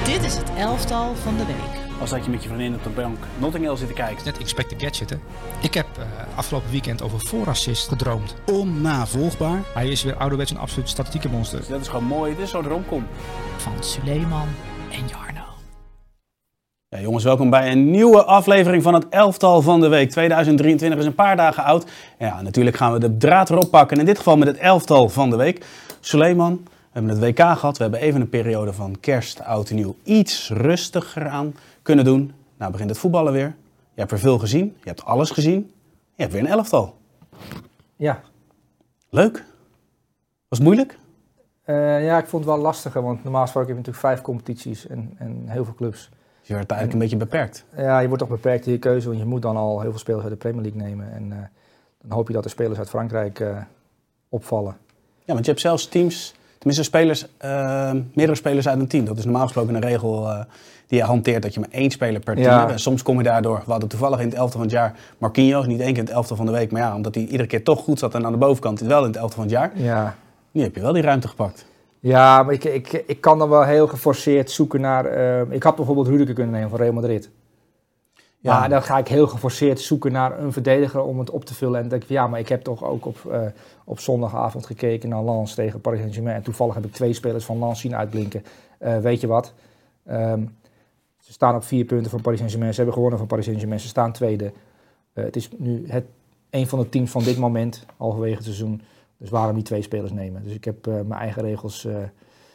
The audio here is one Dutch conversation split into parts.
Dit is het elftal van de week. Als dat je met je vriendin op de bank Notting Hill zit te kijken. Net Expect the Gadget, hè. Ik heb afgelopen weekend over voorassist gedroomd. Onnavolgbaar. Hij is weer ouderwets een absoluut statistieke monster. Dus dat is gewoon mooi. Dit is zo'n romcom. Van Suleiman en Jarno. Ja, jongens, welkom bij een nieuwe aflevering van het elftal van de week. 2023 is een paar dagen oud. Ja, natuurlijk gaan we de draad erop pakken. In dit geval met het elftal van de week. Suleiman, we hebben het WK gehad. We hebben even een periode van kerst, oud en nieuw iets rustiger aan kunnen doen. Nou begint het voetballen weer. Je hebt er veel gezien. Je hebt alles gezien. Je hebt weer een elftal. Ja. Leuk. Was het moeilijk? Ja, ik vond het wel lastiger, want normaal gesproken heb je natuurlijk 5 competities en heel veel clubs. Je werd eigenlijk een beetje beperkt. Ja, je wordt toch beperkt in je keuze, want je moet dan al heel veel spelers uit de Premier League nemen. En dan hoop je dat de spelers uit Frankrijk opvallen. Ja, want je hebt zelfs teams, tenminste spelers, meerdere spelers uit een team. Dat is normaal gesproken een regel die je hanteert, dat je maar 1 speler per team hebt. En soms kom je daardoor, we hadden toevallig in het elftal van het jaar Marquinhos, niet 1 keer in het elftal van de week, maar ja, omdat hij iedere keer toch goed zat en aan de bovenkant wel in het elftal van het jaar. Ja. Nu heb je wel die ruimte gepakt. Ja, maar ik kan dan wel heel geforceerd zoeken naar... ik had bijvoorbeeld Rudiger kunnen nemen van Real Madrid. Ja. Maar dan ga ik heel geforceerd zoeken naar een verdediger om het op te vullen. En dan denk ik, ja, maar ik heb toch ook op zondagavond gekeken naar Lens tegen Paris Saint-Germain. En toevallig heb ik 2 spelers van Lens zien uitblinken. Weet je wat? Ze staan op 4 punten van Paris Saint-Germain. Ze hebben gewonnen van Paris Saint-Germain. Ze staan tweede. Het is nu een van de teams van dit moment, halverwege het seizoen. Dus waarom die 2 spelers nemen? Dus ik heb mijn eigen regels, hoe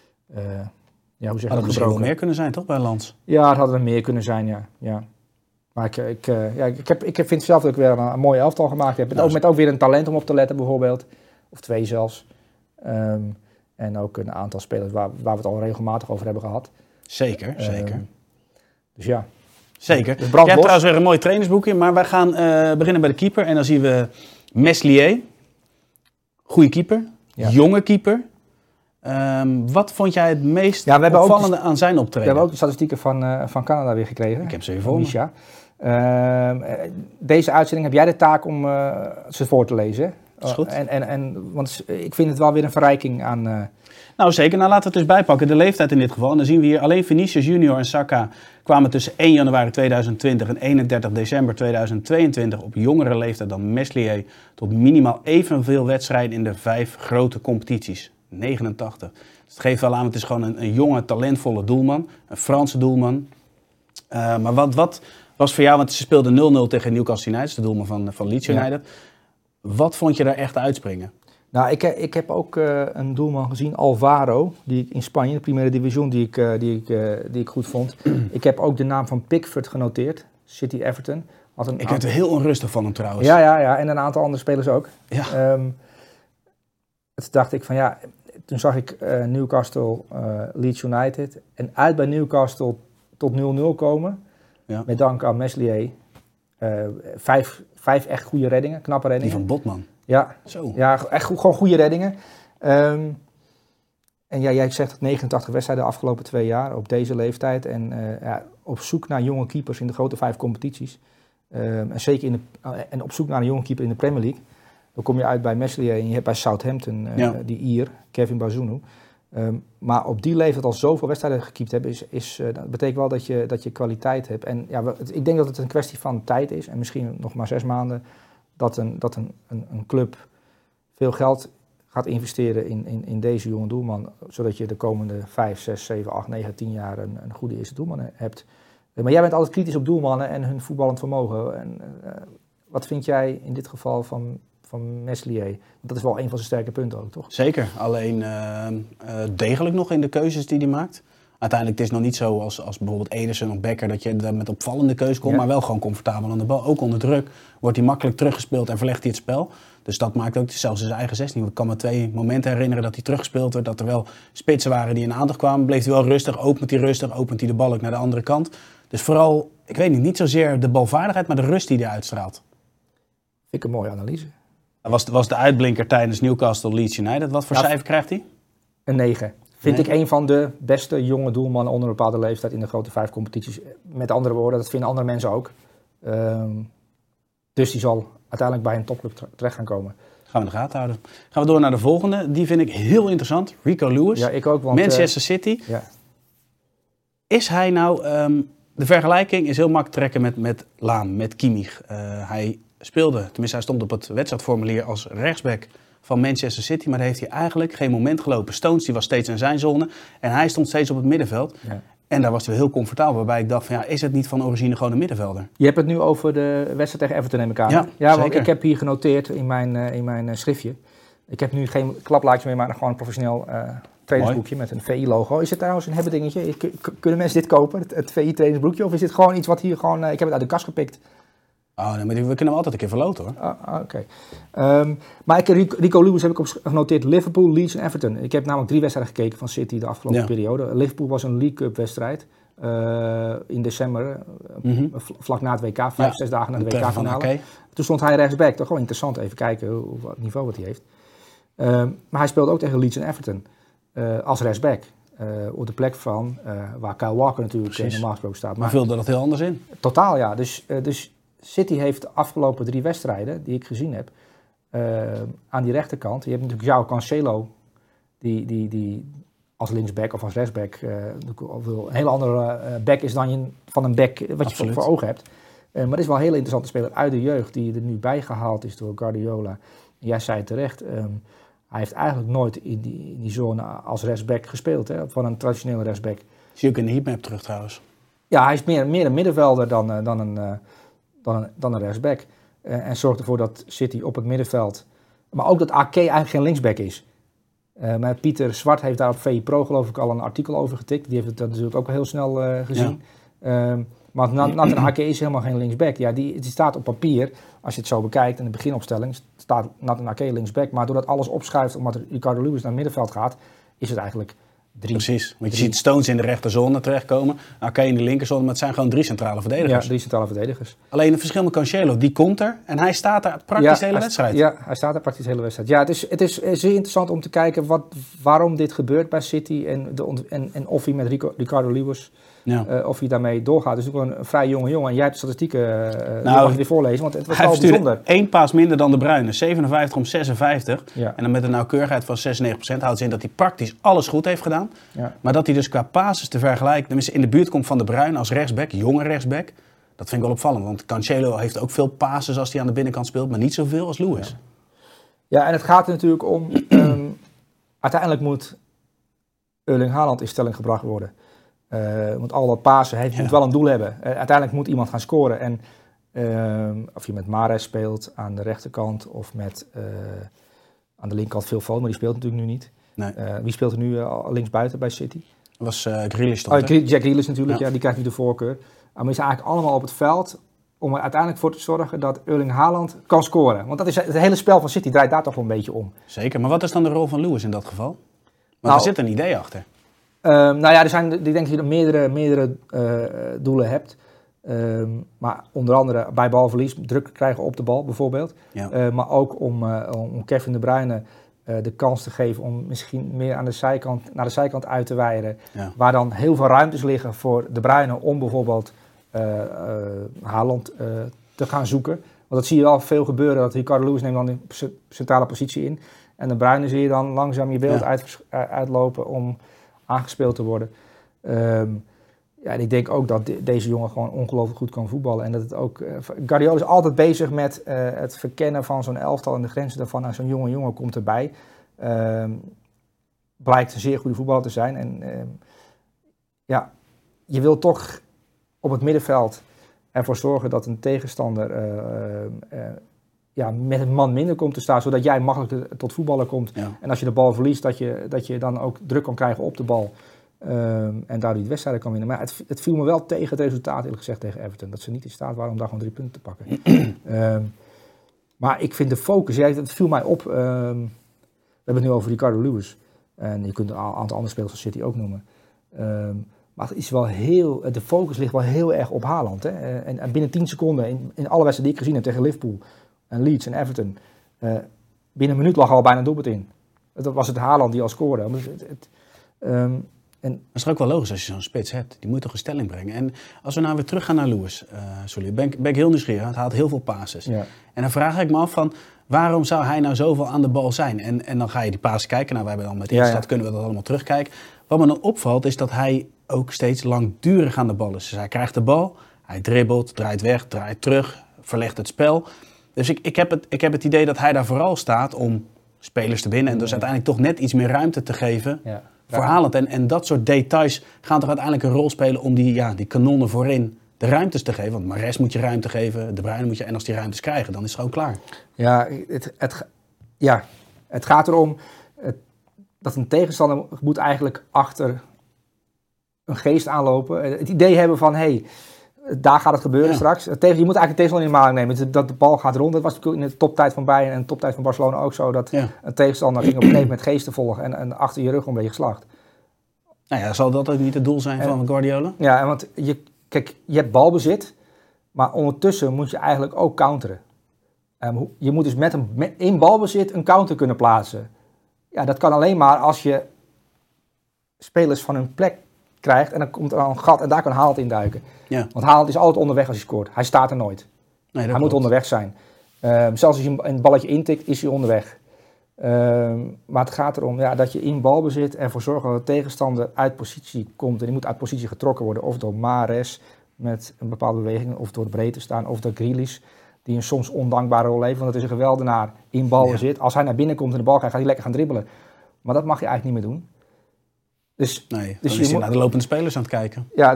zeg je dat? Misschien wel meer kunnen zijn, toch, bij Lens? Ja, het had er meer kunnen zijn, ja. Maar ik vind zelf dat ik weer een mooie elftal gemaakt heb. Met ook weer een talent om op te letten, bijvoorbeeld. Of 2 zelfs. En ook een aantal spelers waar we het al regelmatig over hebben gehad. Zeker. Dus ja. Zeker. Dus je hebt trouwens weer een mooi trainingsboekje, maar wij gaan beginnen bij de keeper. En dan zien we Meslier. Goeie keeper. Ja. Jonge keeper. Wat vond jij het meest opvallende aan zijn optreden? We hebben ook de statistieken van Canada weer gekregen. Ik heb ze even voor me. Deze uitzending heb jij de taak om ze voor te lezen. Dat is goed. Want ik vind het wel weer een verrijking aan... Nou zeker, laten we het dus bijpakken. De leeftijd in dit geval. En dan zien we hier alleen Vinicius Junior en Saka kwamen tussen 1 januari 2020 en 31 december 2022 op jongere leeftijd dan Meslier tot minimaal evenveel wedstrijden in de 5 grote competities. 89. Dus het geeft wel aan, het is gewoon een jonge, talentvolle doelman. Een Franse doelman. Maar wat was voor jou, want ze speelden 0-0 tegen Newcastle United, de doelman van Leeds United. Ja. Wat vond je daar echt uitspringen? Nou, ik heb ook een doelman gezien, Alvaro, die ik in Spanje, de Primera Division, die ik goed vond. Ik heb ook de naam van Pickford genoteerd, City Everton. Ik werd er heel onrustig van hem trouwens. Ja, en een aantal andere spelers ook. Ja. Toen dacht ik van ja, toen zag ik Newcastle, Leeds United en uit bij Newcastle tot 0-0 komen. Ja. Met dank aan Meslier. 5 echt goede reddingen, knappe reddingen. Die van Botman. Ja, zo. Ja, echt gewoon goede reddingen. En ja, jij zegt 89 wedstrijden de afgelopen 2 jaar op deze leeftijd. En op zoek naar jonge keepers in de grote 5 competities. En zeker en op zoek naar een jonge keeper in de Premier League. Dan kom je uit bij Meslier en je hebt bij Southampton die Ier, Kevin Bazunu. Maar op die leeftijd al zoveel wedstrijden gekiept hebben, dat betekent wel dat je kwaliteit hebt. En ja, ik denk dat het een kwestie van tijd is. En misschien nog maar 6 maanden. Dat een club veel geld gaat investeren in deze jonge doelman. Zodat je de komende 5, 6, 7, 8, 9, 10 jaar een goede eerste doelman hebt. Maar jij bent altijd kritisch op doelmannen en hun voetballend vermogen. En, wat vind jij in dit geval van Meslier? Dat is wel een van zijn sterke punten ook, toch? Zeker, alleen degelijk nog in de keuzes die hij maakt. Uiteindelijk het is nog niet zo als bijvoorbeeld Ederson of Becker dat je daar met opvallende keuze komt, maar wel gewoon comfortabel aan de bal. Ook onder druk wordt hij makkelijk teruggespeeld en verlegt hij het spel. Dus dat maakt ook zelfs in zijn eigen 16. Ik kan me 2 momenten herinneren dat hij teruggespeeld werd, dat er wel spitsen waren die in aandacht kwamen. Bleef hij wel rustig, opent hij de bal ook naar de andere kant. Dus vooral, ik weet niet zozeer de balvaardigheid, maar de rust die hij uitstraalt. Vind ik een mooie analyse. Was de uitblinker tijdens Newcastle Leeds United. Wat voor cijfer krijgt hij? Een 9. Vind ik een van de beste jonge doelmannen onder een bepaalde leeftijd in de grote 5 competities. Met andere woorden, dat vinden andere mensen ook. Dus die zal uiteindelijk bij een topclub terecht gaan komen. Gaan we in de gaten houden. Gaan we door naar de volgende. Die vind ik heel interessant. Rico Lewis. Ja, ik ook. Want, Manchester City. Ja. Is hij nou... de vergelijking is heel makkelijk trekken met Laan, met Kimmich. Hij stond op het wedstrijdformulier als rechtsback van Manchester City, maar daar heeft hij eigenlijk geen moment gelopen. Stones die was steeds in zijn zone en hij stond steeds op het middenveld. Ja. En daar was hij heel comfortabel, waarbij ik dacht van is het niet van origine gewoon een middenvelder? Je hebt het nu over de wedstrijd tegen Everton, neem ik aan. Ja, want ik heb hier genoteerd in mijn schriftje. Ik heb nu geen klaplaatjes meer, maar gewoon een professioneel trainingsboekje met een VI-logo. Is het trouwens een hebben dingetje? Kunnen mensen dit kopen, het VI-trainingsboekje? Of is dit gewoon iets wat hier gewoon... ik heb het uit de kast gepikt. Oh, nee, maar we kunnen hem altijd een keer verloten, hoor. Oké. Maar Rico Lewis heb ik genoteerd Liverpool, Leeds en Everton. Ik heb namelijk 3 wedstrijden gekeken van City de afgelopen periode. Liverpool was een League Cup wedstrijd in december, vlak na het WK, 5-6 dagen na de WK-finale. Toen stond hij rechtsback. Toch wel interessant, even kijken wat niveau wat hij heeft. Maar hij speelde ook tegen Leeds en Everton als rechtsback. Op de plek van waar Kyle Walker natuurlijk normaal gesproken staat. Maar vulde dat heel anders in? Totaal, ja. Dus City heeft de afgelopen 3 wedstrijden die ik gezien heb aan die rechterkant. Je hebt natuurlijk João Cancelo die als linksback of als rechtsback een hele andere back is dan je van een back wat je voor ogen hebt. Maar het is wel een hele interessante speler uit de jeugd die er nu bijgehaald is door Guardiola. En jij zei het terecht, hij heeft eigenlijk nooit in die zone als rechtsback gespeeld, hè, van een traditionele rechtsback. Zie je ook in de heatmap terug trouwens. Ja, hij is meer een middenvelder dan een rechtsback. En zorgt ervoor dat City op het middenveld... Maar ook dat Ake eigenlijk geen linksback is. Maar Pieter Zwart heeft daar op VI Pro geloof ik al een artikel over getikt. Die heeft het natuurlijk ook heel snel gezien. Ja. Maar Nathan Ake is helemaal geen linksback. Ja, die staat op papier, als je het zo bekijkt in de beginopstelling, staat Nathan Ake linksback. Maar doordat alles opschuift omdat Ricardo Lewis naar het middenveld gaat, is het eigenlijk 3. Precies, want je ziet Stones in de rechterzone terechtkomen, Ake in de linkerzone, maar het zijn gewoon 3 centrale verdedigers. Ja, 3 centrale verdedigers. Alleen het verschil met Cancelo, die komt er en hij staat daar praktisch de hele wedstrijd. Ja, hij staat daar praktisch de hele wedstrijd. Ja, het is zeer interessant om te kijken waarom dit gebeurt bij City en of hij met Ricardo Lewis... Ja. Of hij daarmee doorgaat. Het is natuurlijk een vrij jonge jongen. En jij hebt de statistieken, mag je die voorlezen, want het was wel bijzonder. 1 paas minder dan De Bruyne, 57 om 56. Ja. En dan met een nauwkeurigheid van 96% houdt in dat hij praktisch alles goed heeft gedaan. Ja. Maar dat hij dus qua passes te vergelijken, tenminste in de buurt komt van De Bruyne als rechtsback, jonge rechtsback. Dat vind ik wel opvallend, want Cancelo heeft ook veel passes als hij aan de binnenkant speelt, maar niet zoveel als Lewis. Ja, en het gaat er natuurlijk om, uiteindelijk moet Erling Haaland in stelling gebracht worden. Want al dat pasen moet wel een doel hebben. Uiteindelijk moet iemand gaan scoren. En of je met Mahrez speelt aan de rechterkant of met aan de linkerkant Phil Foden, maar die speelt natuurlijk nu niet. Nee. Wie speelt er nu linksbuiten bij City? Dat was Grealish. Jack Grealish natuurlijk, ja, die krijgt nu de voorkeur. Maar die zijn eigenlijk allemaal op het veld om er uiteindelijk voor te zorgen dat Erling Haaland kan scoren. Want dat is het hele spel van City draait daar toch wel een beetje om. Zeker, maar wat is dan de rol van Lewis in dat geval? Want er zit een idee achter. Nou ja, ik denk dat je meerdere doelen hebt. Maar onder andere bij balverlies druk krijgen op de bal bijvoorbeeld. Ja. Maar ook om Kevin De Bruyne de kans te geven om misschien meer naar de zijkant uit te wijden. Ja. Waar dan heel veel ruimtes liggen voor De Bruyne om bijvoorbeeld Haaland te gaan zoeken. Want dat zie je wel veel gebeuren. Dat Ricardo Lewis neemt dan de centrale positie in. En De Bruyne zie je dan langzaam je beeld uitlopen om aangespeeld te worden. Ja, en ik denk ook dat deze jongen gewoon ongelooflijk goed kan voetballen. En dat het ook... Guardiola is altijd bezig met het verkennen van zo'n elftal en de grenzen daarvan. En zo'n jonge komt erbij. Blijkt een zeer goede voetballer te zijn. En ja, je wil toch op het middenveld ervoor zorgen dat een tegenstander met een man minder komt te staan, zodat jij makkelijk tot voetballen komt. Ja. En als je de bal verliest, dat je dan ook druk kan krijgen op de bal. En daardoor die wedstrijden kan winnen. Maar het viel me wel tegen het resultaat, eerlijk gezegd, tegen Everton. Dat ze niet in staat waren om daar gewoon 3 punten te pakken. Maar ik vind de focus, het viel mij op. We hebben het nu over Ricardo Lewis. En je kunt een aantal andere spelers van City ook noemen. Maar het is wel de focus ligt wel heel erg op Haaland. Hè? En binnen 10 seconden, in alle wedstrijden die ik gezien heb tegen Liverpool en Leeds en Everton, binnen een minuut lag al bijna een doelpunt in. Dat was het Haaland die al scoorde. Dat is toch ook wel logisch als je zo'n spits hebt. Die moet toch een stelling brengen. En als we nou weer terug gaan naar Lewis, ben ik heel nieuwsgierig. Hij haalt heel veel passes. Ja. En dan vraag ik me af van, waarom zou hij nou zoveel aan de bal zijn? En dan ga je die passes kijken. Nou, we hebben dan met Instad kunnen we dat allemaal terugkijken. Wat me dan opvalt is dat hij ook steeds langdurig aan de bal is. Dus hij krijgt de bal, hij dribbelt, draait weg, draait terug, verlegt het spel. Dus ik heb het idee dat hij daar vooral staat om spelers te winnen en dus uiteindelijk toch net iets meer ruimte te geven voor Haaland. En dat soort details gaan toch uiteindelijk een rol spelen om die kanonnen voorin de ruimtes te geven. Want Mahrez moet je ruimte geven, De Bruyne moet je... En als die ruimtes krijgen, dan is het gewoon klaar. Ja, het gaat erom dat een tegenstander moet eigenlijk achter een geest aanlopen. Het idee hebben van, daar gaat het gebeuren straks. Je moet eigenlijk de tegenstander in de maling nemen. Dat de bal gaat rond. Dat was natuurlijk in de toptijd van Bayern en de toptijd van Barcelona ook zo. Dat een tegenstander ging op een gegeven moment geesten volgen en achter je rug een beetje geslacht. Nou ja, zal dat ook niet het doel zijn van Guardiola? Ja, want je hebt balbezit, maar ondertussen moet je eigenlijk ook counteren. Je moet dus in balbezit een counter kunnen plaatsen. Ja, dat kan alleen maar als je spelers van hun plek krijgt en dan komt er een gat en daar kan Haaland induiken. Ja. Want Haaland is altijd onderweg als hij scoort. Hij staat er nooit. Nee, hij moet onderweg zijn. Zelfs als je een balletje intikt, is hij onderweg. Maar het gaat erom dat je in balbezit ervoor zorgt dat de tegenstander uit positie komt. En die moet uit positie getrokken worden. Of door Mahrez met een bepaalde beweging, of door breedte staan, of door Grealish, die een soms ondankbare rol heeft. Want het is een geweldenaar in balbezit. Als hij naar binnen komt en de bal krijgt, gaat hij lekker gaan dribbelen. Maar dat mag je eigenlijk niet meer doen. Dus is je naar de lopende spelers aan het kijken. Ja,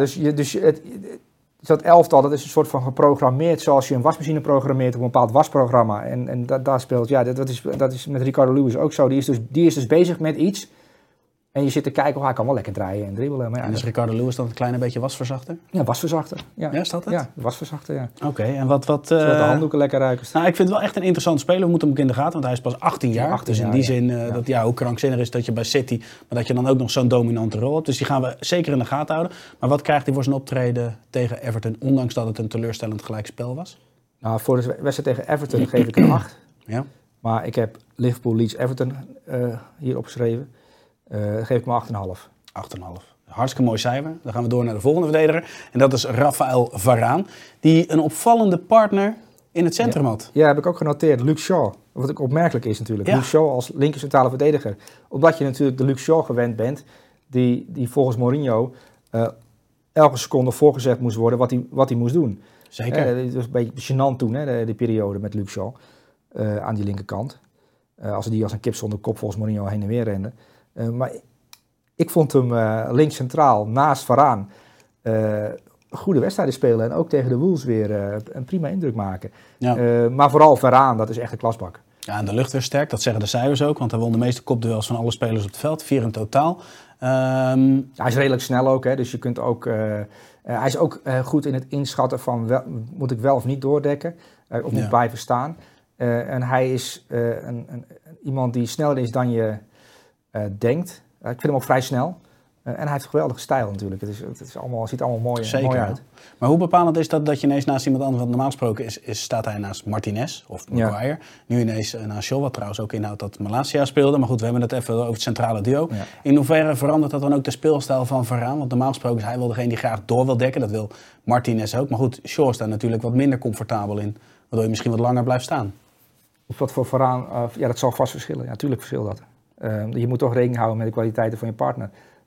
dat elftal, dat is een soort van geprogrammeerd zoals je een wasmachine programmeert op een bepaald wasprogramma. En daar speelt, dat is met Ricardo Lewis ook zo. Die is dus bezig met iets. En je zit te kijken, hij kan wel lekker draaien en dribbelen. Maar en is Ricardo Lewis dan een klein beetje wasverzachter? Ja, wasverzachter. Ja, is dat het? Ja, wasverzachter, ja. Oké, en wat... Zodat de handdoeken lekker ruiken. Nou, ik vind het wel echt een interessante speler. We moeten hem ook in de gaten, want hij is pas 18 jaar. Dus in die zin, hoe krankzinnig is dat je bij City, maar dat je dan ook nog zo'n dominante rol hebt. Dus die gaan we zeker in de gaten houden. Maar wat krijgt hij voor zijn optreden tegen Everton, ondanks dat het een teleurstellend gelijkspel was? Nou, voor de wedstrijd tegen Everton geef ik een 8. Ja. Maar ik heb Liverpool, Leeds, Everton hier opgeschreven. Geef ik me 8,5. 8,5. Hartstikke mooi cijfer. Dan gaan we door naar de volgende verdediger. En dat is Rafael Varaan. Die een opvallende partner in het centrum had. Ja, heb ik ook genoteerd. Luke Shaw. Wat ook opmerkelijk is natuurlijk. Ja. Luke Shaw als linker centrale verdediger. Omdat je natuurlijk de Luke Shaw gewend bent. Die volgens Mourinho elke seconde voorgezet moest worden wat hij moest doen. Zeker. Het was een beetje gênant toen, die periode met Luke Shaw. Aan die linkerkant. Als die als een kip zonder kop volgens Mourinho heen en weer rende. Maar ik vond hem links centraal naast Varaan goede wedstrijden spelen. En ook tegen de Wolves weer een prima indruk maken. Ja. Maar vooral Varaan, dat is echt een klasbak. Ja, en de lucht weer sterk, dat zeggen de cijfers ook. Want hij won de meeste kopduels van alle spelers op het veld. 4 in totaal. Hij is redelijk snel ook. Hè, dus je kunt ook... hij is ook goed in het inschatten van... moet ik wel of niet doordekken? Of moet blijven staan? En hij is iemand die sneller is dan je denkt. Ik vind hem ook vrij snel. En hij heeft een geweldige stijl natuurlijk. Het ziet allemaal mooi uit. Maar hoe bepalend is dat je ineens naast iemand anders... Want normaal gesproken staat hij naast Martinez of Maguire. Ja. Nu ineens naast Shaw, wat trouwens ook inhoudt dat Malacia speelde. Maar goed, we hebben het even over het centrale duo. Ja. In hoeverre verandert dat dan ook de speelstijl van Varaan? Want normaal gesproken is hij wel degene die graag door wil dekken. Dat wil Martinez ook. Maar goed, Shaw is daar natuurlijk wat minder comfortabel in. Waardoor je misschien wat langer blijft staan. Of wat voor Varaan... dat zal vast verschillen. Ja, natuurlijk verschilt dat. Je moet toch rekening houden met de kwaliteiten van je partner.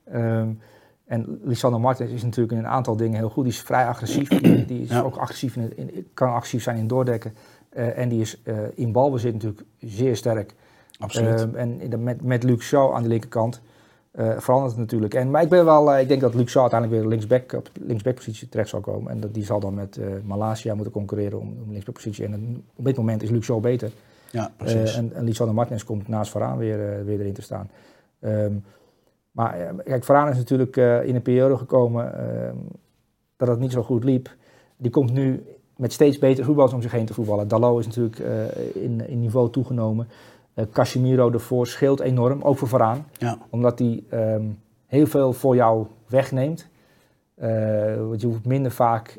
En Lisandro Martinez is natuurlijk in een aantal dingen heel goed. Die is vrij agressief. Die is ook agressief kan agressief zijn in doordekken. En die is in balbezit natuurlijk zeer sterk. Absoluut. En met Luke Shaw aan de linkerkant verandert het natuurlijk. Maar ik denk dat Luke Shaw uiteindelijk weer op linksbackpositie terecht zal komen. En die zal dan met Malacia moeten concurreren om linksbackpositie. En op dit moment is Luke Shaw beter. Ja, precies. En Lisandro Martinez komt naast Varaan weer erin te staan. Maar kijk, Varaan is natuurlijk in een periode gekomen dat het niet zo goed liep. Die komt nu met steeds betere voetballers om zich heen te voetballen. Dalot is natuurlijk in niveau toegenomen. Casemiro ervoor scheelt enorm, ook voor Varaan. Ja. Omdat hij heel veel voor jou wegneemt. Want je hoeft minder vaak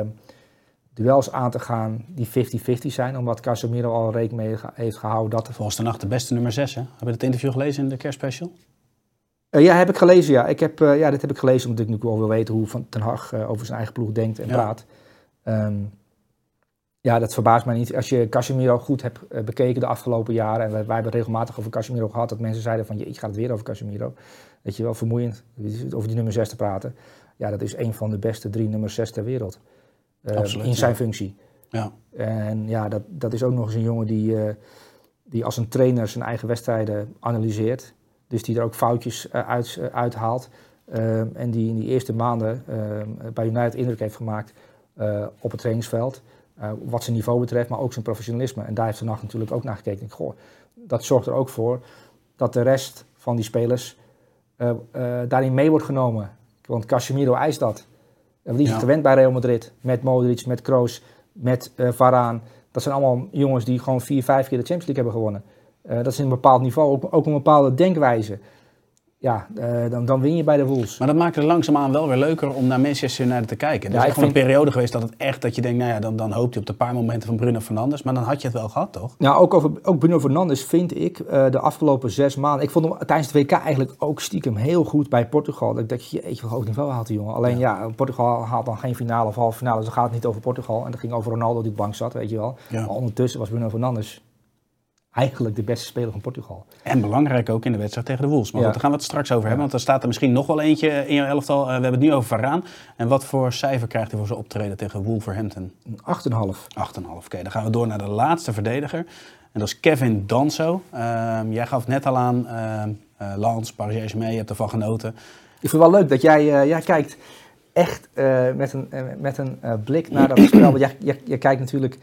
duels aan te gaan die 50-50 zijn. Omdat Casemiro al rekening mee heeft gehouden dat... Volgens de nacht de beste nummer 6, hè? Heb je het interview gelezen in de kerstspecial? Ja, heb ik gelezen, ja. Dit heb ik gelezen omdat ik nu wel wil weten hoe Van Ten Hag over zijn eigen ploeg denkt en praat. Ja, dat verbaast mij niet. Als je Casemiro goed hebt bekeken de afgelopen jaren, en wij hebben regelmatig over Casemiro gehad, dat mensen zeiden van, je gaat het weer over Casemiro. Weet je wel, vermoeiend, over die nummer 6 te praten. Ja, dat is een van de beste 3 nummer 6 ter wereld. Absoluut, in zijn functie. Ja. En ja, dat is ook nog eens een jongen die als een trainer zijn eigen wedstrijden analyseert. Dus die er ook foutjes uithaalt. En die in die eerste maanden bij United indruk heeft gemaakt op het trainingsveld. Wat zijn niveau betreft, maar ook zijn professionalisme. En daar heeft Ten Hag natuurlijk ook naar gekeken. Dat zorgt er ook voor dat de rest van die spelers daarin mee wordt genomen. Want Casemiro eist dat. Die is gewend bij Real Madrid. Met Modric, met Kroos, met Varane. Dat zijn allemaal jongens die gewoon 4-5 keer de Champions League hebben gewonnen. Dat is een bepaald niveau, ook een bepaalde denkwijze. Ja, dan win je bij de Wolves. Maar dat maakt het langzaamaan wel weer leuker om naar Manchester United te kijken. Er is gewoon een periode geweest dat je denkt, nou ja, dan hoopt je op de paar momenten van Bruno Fernandes. Maar dan had je het wel gehad, toch? Ja, ook Bruno Fernandes vind ik de afgelopen 6 maanden... Ik vond hem tijdens het WK eigenlijk ook stiekem heel goed bij Portugal. Ik dacht, jeetje, wat hoog niveau haalt die jongen. Alleen Portugal haalt dan geen finale of halve finale. Dus dan gaat het niet over Portugal. En dat ging over Ronaldo die op de bank zat, weet je wel. Ja. Maar ondertussen was Bruno Fernandes eigenlijk de beste speler van Portugal. En belangrijk ook in de wedstrijd tegen de Wolves. Maar goed, daar gaan we het straks over hebben. Want er staat er misschien nog wel eentje in jouw elftal. We hebben het nu over Varane. En wat voor cijfer krijgt hij voor zijn optreden tegen Wolverhampton? 8,5. 8,5. Oké, dan gaan we door naar de laatste verdediger. En dat is Kevin Danso. Jij gaf net al aan, Lens, Paris Saint-Germain, je hebt ervan genoten. Ik vind het wel leuk dat jij kijkt echt met een blik naar dat spel. Want jij kijkt natuurlijk...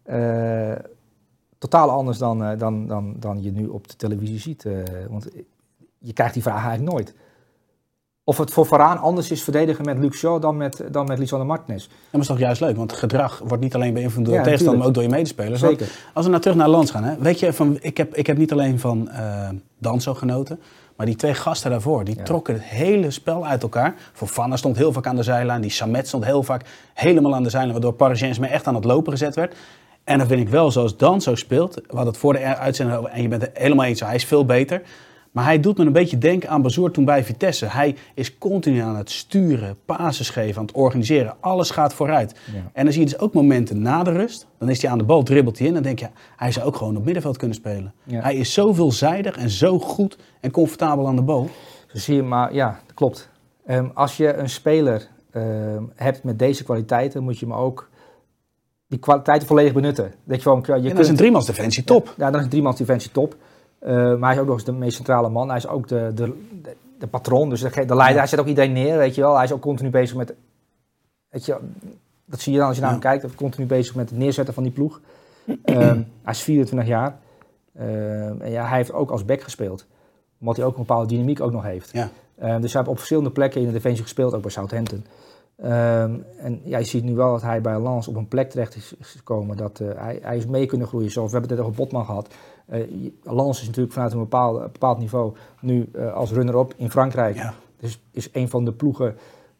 totaal anders dan je nu op de televisie ziet. Want je krijgt die vraag eigenlijk nooit. Of het voor Varane anders is verdedigen met Luke Shaw dan met Lisandro Martinez. Ja, maar dat is toch juist leuk, want gedrag wordt niet alleen beïnvloed door de tegenstander, maar ook door je medespelers. Zeker. Als we nou terug naar Lens gaan, hè, weet je, ik heb niet alleen van Danso genoten, maar die 2 gasten daarvoor, die trokken het hele spel uit elkaar. Fofana stond heel vaak aan de zijlijn, die Samet stond heel vaak helemaal aan de zijlijn, waardoor Paris Saint-Germain echt aan het lopen gezet werd. En dan vind ik wel, zoals Danso speelt, we hadden het voor de uitzending over, en je bent het helemaal eens, hij is veel beter. Maar hij doet me een beetje denken aan Bazoer toen bij Vitesse. Hij is continu aan het sturen, passes geven, aan het organiseren. Alles gaat vooruit. Ja. En dan zie je dus ook momenten na de rust. Dan is hij aan de bal, dribbelt hij in. Dan denk je, hij zou ook gewoon op middenveld kunnen spelen. Ja. Hij is zo veelzijdig en zo goed en comfortabel aan de bal. Zo zie je, maar ja, dat klopt. Als je een speler hebt met deze kwaliteiten, moet je hem ook die kwaliteiten volledig benutten. Dat je gewoon, dat is een driemans defensie top. Ja, dan is een driemans defensie top. Maar hij is ook nog eens de meest centrale man. Hij is ook de patroon, dus de leider. Ja. Hij zet ook iedereen neer, weet je wel. Hij is ook continu bezig met... Weet je, dat zie je dan als je naar hem kijkt. Hij is continu bezig met het neerzetten van die ploeg. Hij is 24 jaar. En ja, hij heeft ook als back gespeeld. Omdat hij ook een bepaalde dynamiek ook nog heeft. Ja. Dus hij heeft op verschillende plekken in de defensie gespeeld, ook bij Southampton. En ja, je ziet nu wel dat hij bij Lens op een plek terecht is gekomen. Dat hij is mee kunnen groeien. Zoals we hebben het net over Botman gehad. Lens is natuurlijk vanuit een bepaald niveau nu als runner-up in Frankrijk. Ja. Dus is een van de ploegen.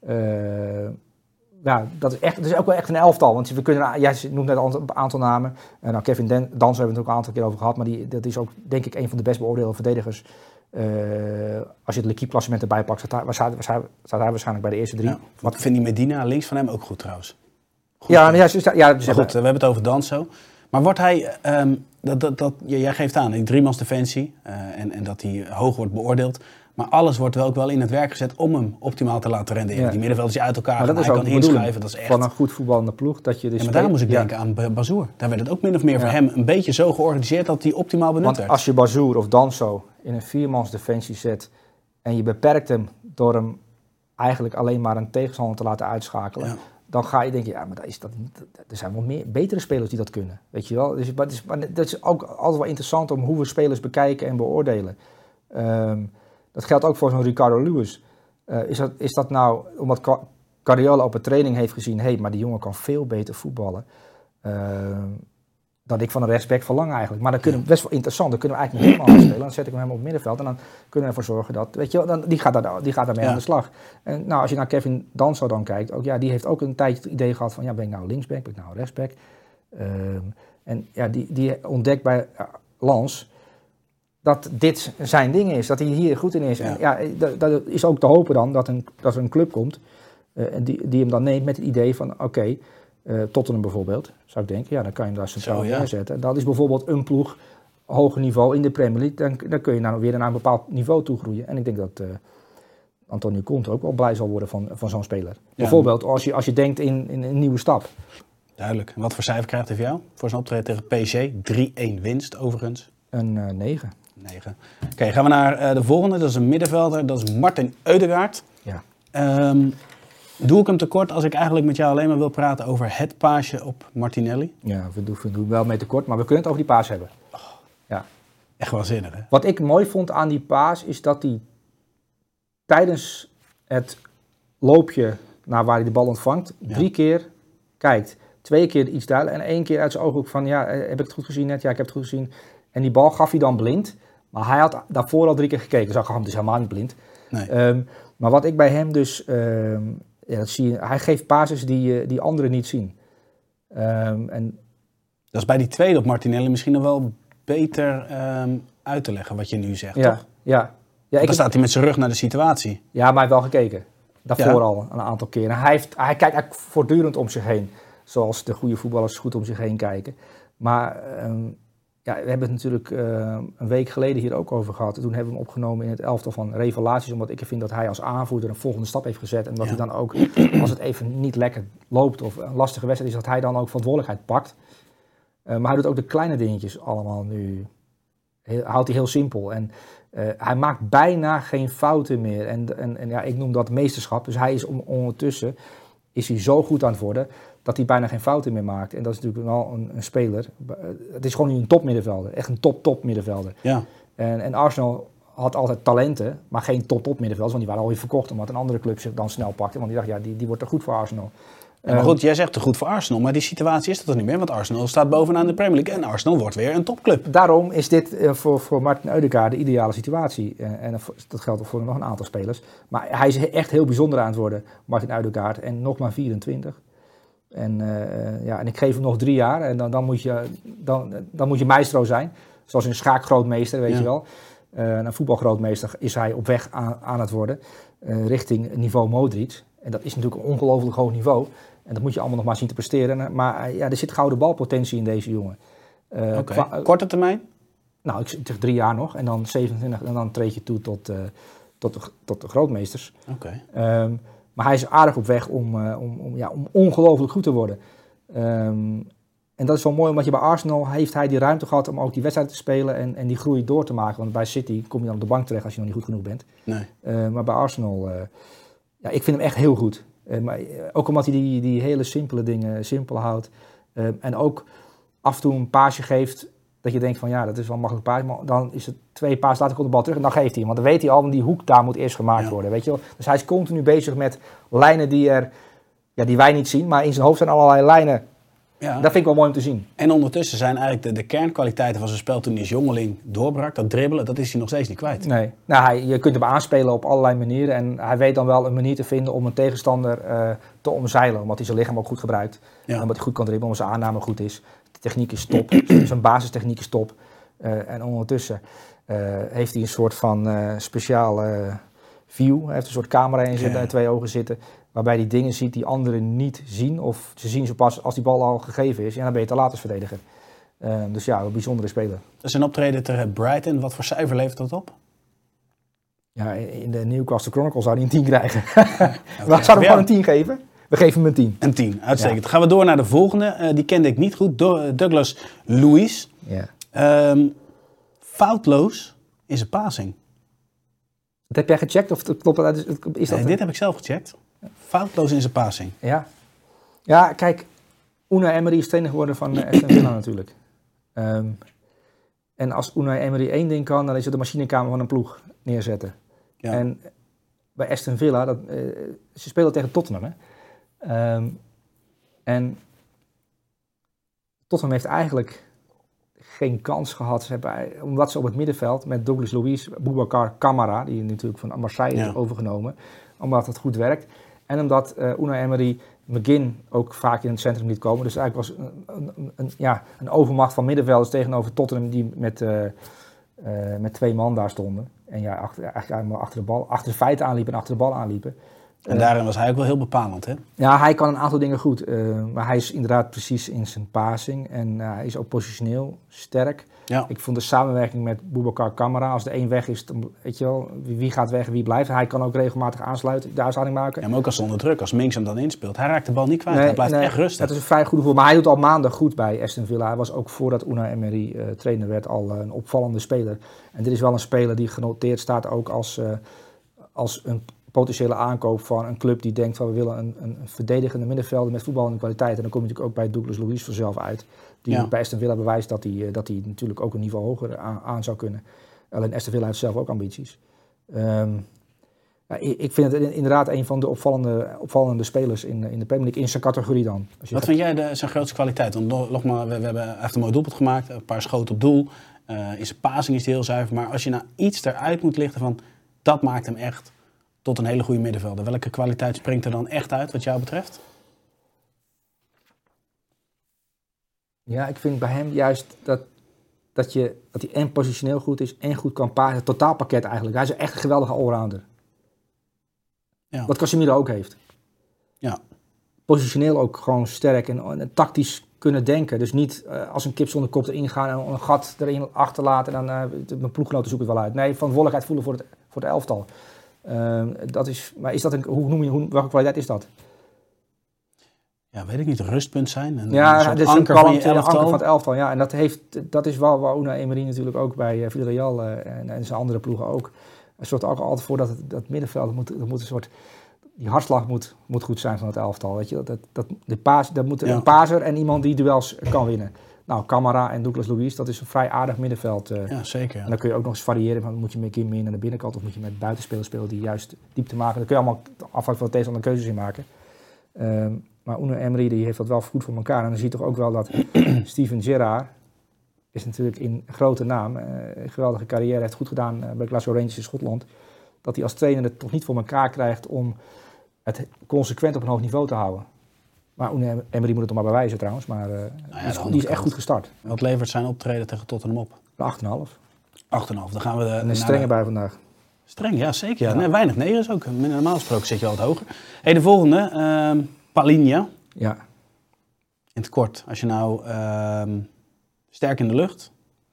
Ja, dat is ook wel echt een elftal. Want we kunnen, jij noemt net een aantal namen. Nou, Kevin Danso hebben we het ook een aantal keer over gehad. Maar dat is ook denk ik een van de best beoordeelde verdedigers. Als je het L'Équipe-klassement erbij pakt, staat hij waarschijnlijk bij de eerste 3. Ja, ik vind die Medina links van hem ook goed trouwens. Goed, ja, maar goed, we hebben het over Danso. Maar wordt hij, jij geeft aan, die driemans defensie en dat hij hoog wordt beoordeeld. Maar alles wordt wel ook wel in het werk gezet om hem optimaal te laten renderen. Ja. Die middenvelders uit elkaar gaan, hij kan inschrijven. Dat is echt... Van een goed voetballende ploeg. Dat je dus maar daar moest ik denken aan Bazoer. Daar werd het ook min of meer voor hem een beetje zo georganiseerd dat hij optimaal benut werd. Als je Bazoer of Danso in een viermans defensie zet en je beperkt hem door hem eigenlijk alleen maar een tegenstander te laten uitschakelen. Ja. Dan ga je denken, ja, maar er zijn wel betere spelers die dat kunnen. Weet je wel? Dus, dat is ook altijd wel interessant om hoe we spelers bekijken en beoordelen. Dat geldt ook voor zo'n Ricardo Lewis. Is dat nou, omdat Guardiola op een training heeft gezien, maar die jongen kan veel beter voetballen dan ik van een rechtsback verlang eigenlijk. Maar dan kunnen we best wel interessant, dan kunnen we eigenlijk niet helemaal spelen. Dan zet ik hem op het middenveld en dan kunnen we ervoor zorgen dat, weet je wel, die gaat daarmee aan de slag. En nou, als je naar Kevin Danso dan kijkt, ook, ja, die heeft ook een tijdje het idee gehad van, ja, ben ik nou linksback, ben ik nou rechtsback? En ja, die ontdekt bij Lens dat dit zijn ding is, dat hij hier goed in is. Ja. En ja, dat is ook te hopen dan dat er een club komt die hem dan neemt met het idee van, oké, Tottenham bijvoorbeeld, zou ik denken. Ja, dan kan je hem daar centraal Zo, ja. neerzetten. Dat is bijvoorbeeld een ploeg hoger niveau in de Premier League. Dan kun je nou weer naar een bepaald niveau toe groeien. En ik denk dat Antonio Conte ook wel blij zal worden van zo'n speler. Bijvoorbeeld als je denkt in een nieuwe stap. Duidelijk. En wat voor cijfer krijgt hij voor jou? Voor zijn optreden tegen PSG. 3-1 winst overigens. Een 9. 9. Oké, gaan we naar de volgende. Dat is een middenvelder. Dat is Martin Ødegaard. Ja. Doe ik hem tekort als ik eigenlijk met jou alleen maar wil praten over het paasje op Martinelli? Ja, we doen wel mee tekort, maar we kunnen het over die paas hebben. Ja. Echt waanzinnig, hè? Wat ik mooi vond aan die paas is dat hij tijdens het loopje naar waar hij de bal ontvangt, 3 keer kijkt. 2 keer iets duidelijk en 1 keer uit zijn ooghoek van ja, heb ik het goed gezien net? Ja, ik heb het goed gezien. En die bal gaf hij dan blind, maar hij had daarvoor al 3 keer gekeken. Zag hem dus helemaal niet blind. Nee. Maar wat ik bij hem dus, dat zie je, hij geeft passes die anderen niet zien. En Dat is bij die tweede op Martinelli misschien nog wel beter uit te leggen wat je nu zegt, toch? Ja. Dan staat hij met zijn rug naar de situatie. Ja, maar hij heeft wel gekeken. Daarvoor al een aantal keren. Hij kijkt eigenlijk voortdurend om zich heen. Zoals de goede voetballers goed om zich heen kijken. Maar we hebben het natuurlijk een week geleden hier ook over gehad. Toen hebben we hem opgenomen in het elftal van revelaties. Omdat ik vind dat hij als aanvoerder een volgende stap heeft gezet. En dat hij dan ook, als het even niet lekker loopt of een lastige wedstrijd is, dat hij dan ook verantwoordelijkheid pakt. Maar hij doet ook de kleine dingetjes allemaal nu. Houdt hij heel simpel. En hij maakt bijna geen fouten meer. En ik noem dat meesterschap. Dus hij is ondertussen is hij zo goed aan het worden dat hij bijna geen fouten meer maakt. En dat is natuurlijk wel een speler. Het is gewoon een topmiddenvelder. Echt een top middenvelder. Ja. En Arsenal had altijd talenten, maar geen top middenvelders. Want die waren alweer verkocht omdat een andere club zich dan snel pakte. Want die dacht, die wordt er goed voor Arsenal. Maar goed, jij zegt te goed voor Arsenal, maar die situatie is dat er niet meer. Want Arsenal staat bovenaan de Premier League en Arsenal wordt weer een topclub. Daarom is dit voor Martin Ødegaard de ideale situatie. En dat geldt ook voor nog een aantal spelers. Maar hij is echt heel bijzonder aan het worden, Martin Ødegaard. En nog maar 24. En ik geef hem nog 3 jaar. En dan moet je maestro zijn. Zoals een schaakgrootmeester, weet je wel. Een voetbalgrootmeester is hij op weg aan het worden. Richting niveau Modric. En dat is natuurlijk een ongelooflijk hoog niveau. En dat moet je allemaal nog maar zien te presteren. Maar er zit gouden balpotentie in deze jongen. Korte termijn? Nou, ik zeg 3 jaar nog. En dan 27. En dan treed je toe tot de grootmeesters. Maar hij is aardig op weg om ongelooflijk goed te worden. En dat is wel mooi, omdat je bij Arsenal heeft hij die ruimte gehad om ook die wedstrijd te spelen en die groei door te maken. Want bij City kom je dan op de bank terecht als je nog niet goed genoeg bent. Nee. Maar bij Arsenal, ik vind hem echt heel goed. Maar ook omdat hij die hele simpele dingen simpel houdt. En ook af en toe een paasje geeft dat je denkt van ja, dat is wel een makkelijk paasje. Maar dan is het 2 paas, later komt de bal terug en dan geeft hij hem. Want dan weet hij al, want die hoek daar moet eerst gemaakt worden. Weet je wel? Dus hij is continu bezig met lijnen die wij niet zien. Maar in zijn hoofd zijn allerlei lijnen. Ja. Dat vind ik wel mooi om te zien. En ondertussen zijn eigenlijk de kernkwaliteiten van zijn spel toen hij als jongeling doorbrak. Dat dribbelen, dat is hij nog steeds niet kwijt. Nee. Nou, je kunt hem aanspelen op allerlei manieren. En hij weet dan wel een manier te vinden om een tegenstander te omzeilen. Omdat hij zijn lichaam ook goed gebruikt. En omdat hij goed kan dribbelen, omdat zijn aanname goed is. De techniek is top. Zijn basistechniek is top. En ondertussen heeft hij een soort van speciale view. Hij heeft een soort camera in zijn 2 ogen zitten. Waarbij hij dingen ziet die anderen niet zien. Of ze zien ze pas als die bal al gegeven is. En dan ben je te laat als verdediger. Dus ja, een bijzondere speler. Dat is een optreden tegen Brighton. Wat voor cijfer levert dat op? Ja, in de Newcastle Chronicle zou hij een 10 krijgen. We zouden hem gewoon een 10 geven. We geven hem een 10. Een 10, uitstekend. Dan gaan we door naar de volgende. Die kende ik niet goed. Douglas Luiz. Ja. Foutloos in zijn passing. Dat heb jij gecheckt? Of klopt dat? Dit heb ik zelf gecheckt. Foutloos in zijn passing. Ja, kijk. Unai Emery is trainer geworden van Aston Villa natuurlijk. En als Unai Emery 1 ding kan, dan is het de machinekamer van een ploeg neerzetten. Ja. En bij Aston Villa, ze spelen tegen Tottenham. Hè? En Tottenham heeft eigenlijk geen kans gehad. Omdat ze op het middenveld met Douglas Luiz, Boubacar Kamara, die natuurlijk van Marseille is overgenomen, omdat het goed werkt. En omdat Unai Emery McGinn ook vaak in het centrum liet komen. Dus eigenlijk was een overmacht van middenvelders tegenover Tottenham die met 2 man daar stonden. En achter de feiten aanliepen en achter de bal aanliepen. En daarin was hij ook wel heel bepalend, hè? Ja, hij kan een aantal dingen goed. Maar hij is inderdaad precies in zijn passing. En hij is ook positioneel sterk. Ja. Ik vond de samenwerking met Boubacar Kamara, als de een weg is, dan weet je wel, wie gaat weg en wie blijft. Hij kan ook regelmatig aansluiten, de uitsluiting maken. Ja, maar ook als onder druk, als Minks hem dan inspeelt. Hij raakt de bal niet kwijt, hij blijft echt rustig. Dat is een vrij goede voor. Maar hij doet al maanden goed bij Aston Villa. Hij was ook voordat Unai Emery trainer werd al een opvallende speler. En dit is wel een speler die genoteerd staat ook als een potentiële aankoop van een club die denkt van we willen een verdedigende middenvelder met voetballende kwaliteit. En dan kom je natuurlijk ook bij Douglas Luiz vanzelf uit. Die bij Aston Villa bewijst dat hij natuurlijk ook een niveau hoger aan zou kunnen. Alleen Aston Villa heeft zelf ook ambities. Ik vind het inderdaad een van de opvallende spelers in de Premier League in zijn categorie dan. Wat vind jij zijn grootste kwaliteit? Want nogmaals, hij heeft een mooi doelpunt gemaakt, een paar schoten op doel. In zijn passing is hij heel zuiver. Maar als je nou iets eruit moet lichten van dat maakt hem echt tot een hele goede middenvelder. Welke kwaliteit springt er dan echt uit wat jou betreft? Ja, ik vind bij hem juist dat hij en positioneel goed is en goed kan pasen. Het totaalpakket eigenlijk. Hij is echt een geweldige allrounder. Ja. Wat Casemiro ook heeft. Ja. Positioneel ook gewoon sterk en tactisch kunnen denken. Dus niet als een kip zonder kop erin gaan en een gat erin achterlaten en dan mijn ploeggenoten zoeken het wel uit. Nee, verantwoordelijkheid voelen voor het elftal. Maar is dat welke kwaliteit is dat? Ja, weet ik niet. Een rustpunt zijn. Een soort anker van je anker elftal. van het elftal. Ja, en dat is wel waar Unai Emery natuurlijk ook bij Villarreal en zijn andere ploegen ook. Er zorgt ook altijd voor dat middenveld moet een soort. Die hartslag moet goed zijn van het elftal. Weet je? Dat moet een paser en iemand die duels kan winnen. Nou, Kamara en Douglas Luiz, dat is een vrij aardig middenveld. Ja, zeker. Ja. En dan kun je ook nog eens variëren. Van, moet je meer naar de binnenkant of moet je met buitenspelers spelen die juist diepte maken. Dan kun je allemaal afhankelijk van de tegenstander keuzes in maken. Maar Unai Emery die heeft dat wel goed voor elkaar. En dan zie je toch ook wel dat Steven Gerrard is natuurlijk in grote naam. Een geweldige carrière, heeft goed gedaan bij Glasgow Rangers in Schotland. Dat hij als trainer het toch niet voor elkaar krijgt om het consequent op een hoog niveau te houden. Maar Unai Emery moet het nog maar bewijzen trouwens. Maar die is echt goed gestart. Wat levert zijn optreden tegen Tottenham op? 8,5. 8,5. Dan gaan we En een strenge bij vandaag. Streng, ja zeker. Ja. Nee, weinig negers ook. Normaal gesproken zit je al wat hoger. Hey, de volgende. Palinha. Ja. In het kort. Als je nou sterk in de lucht.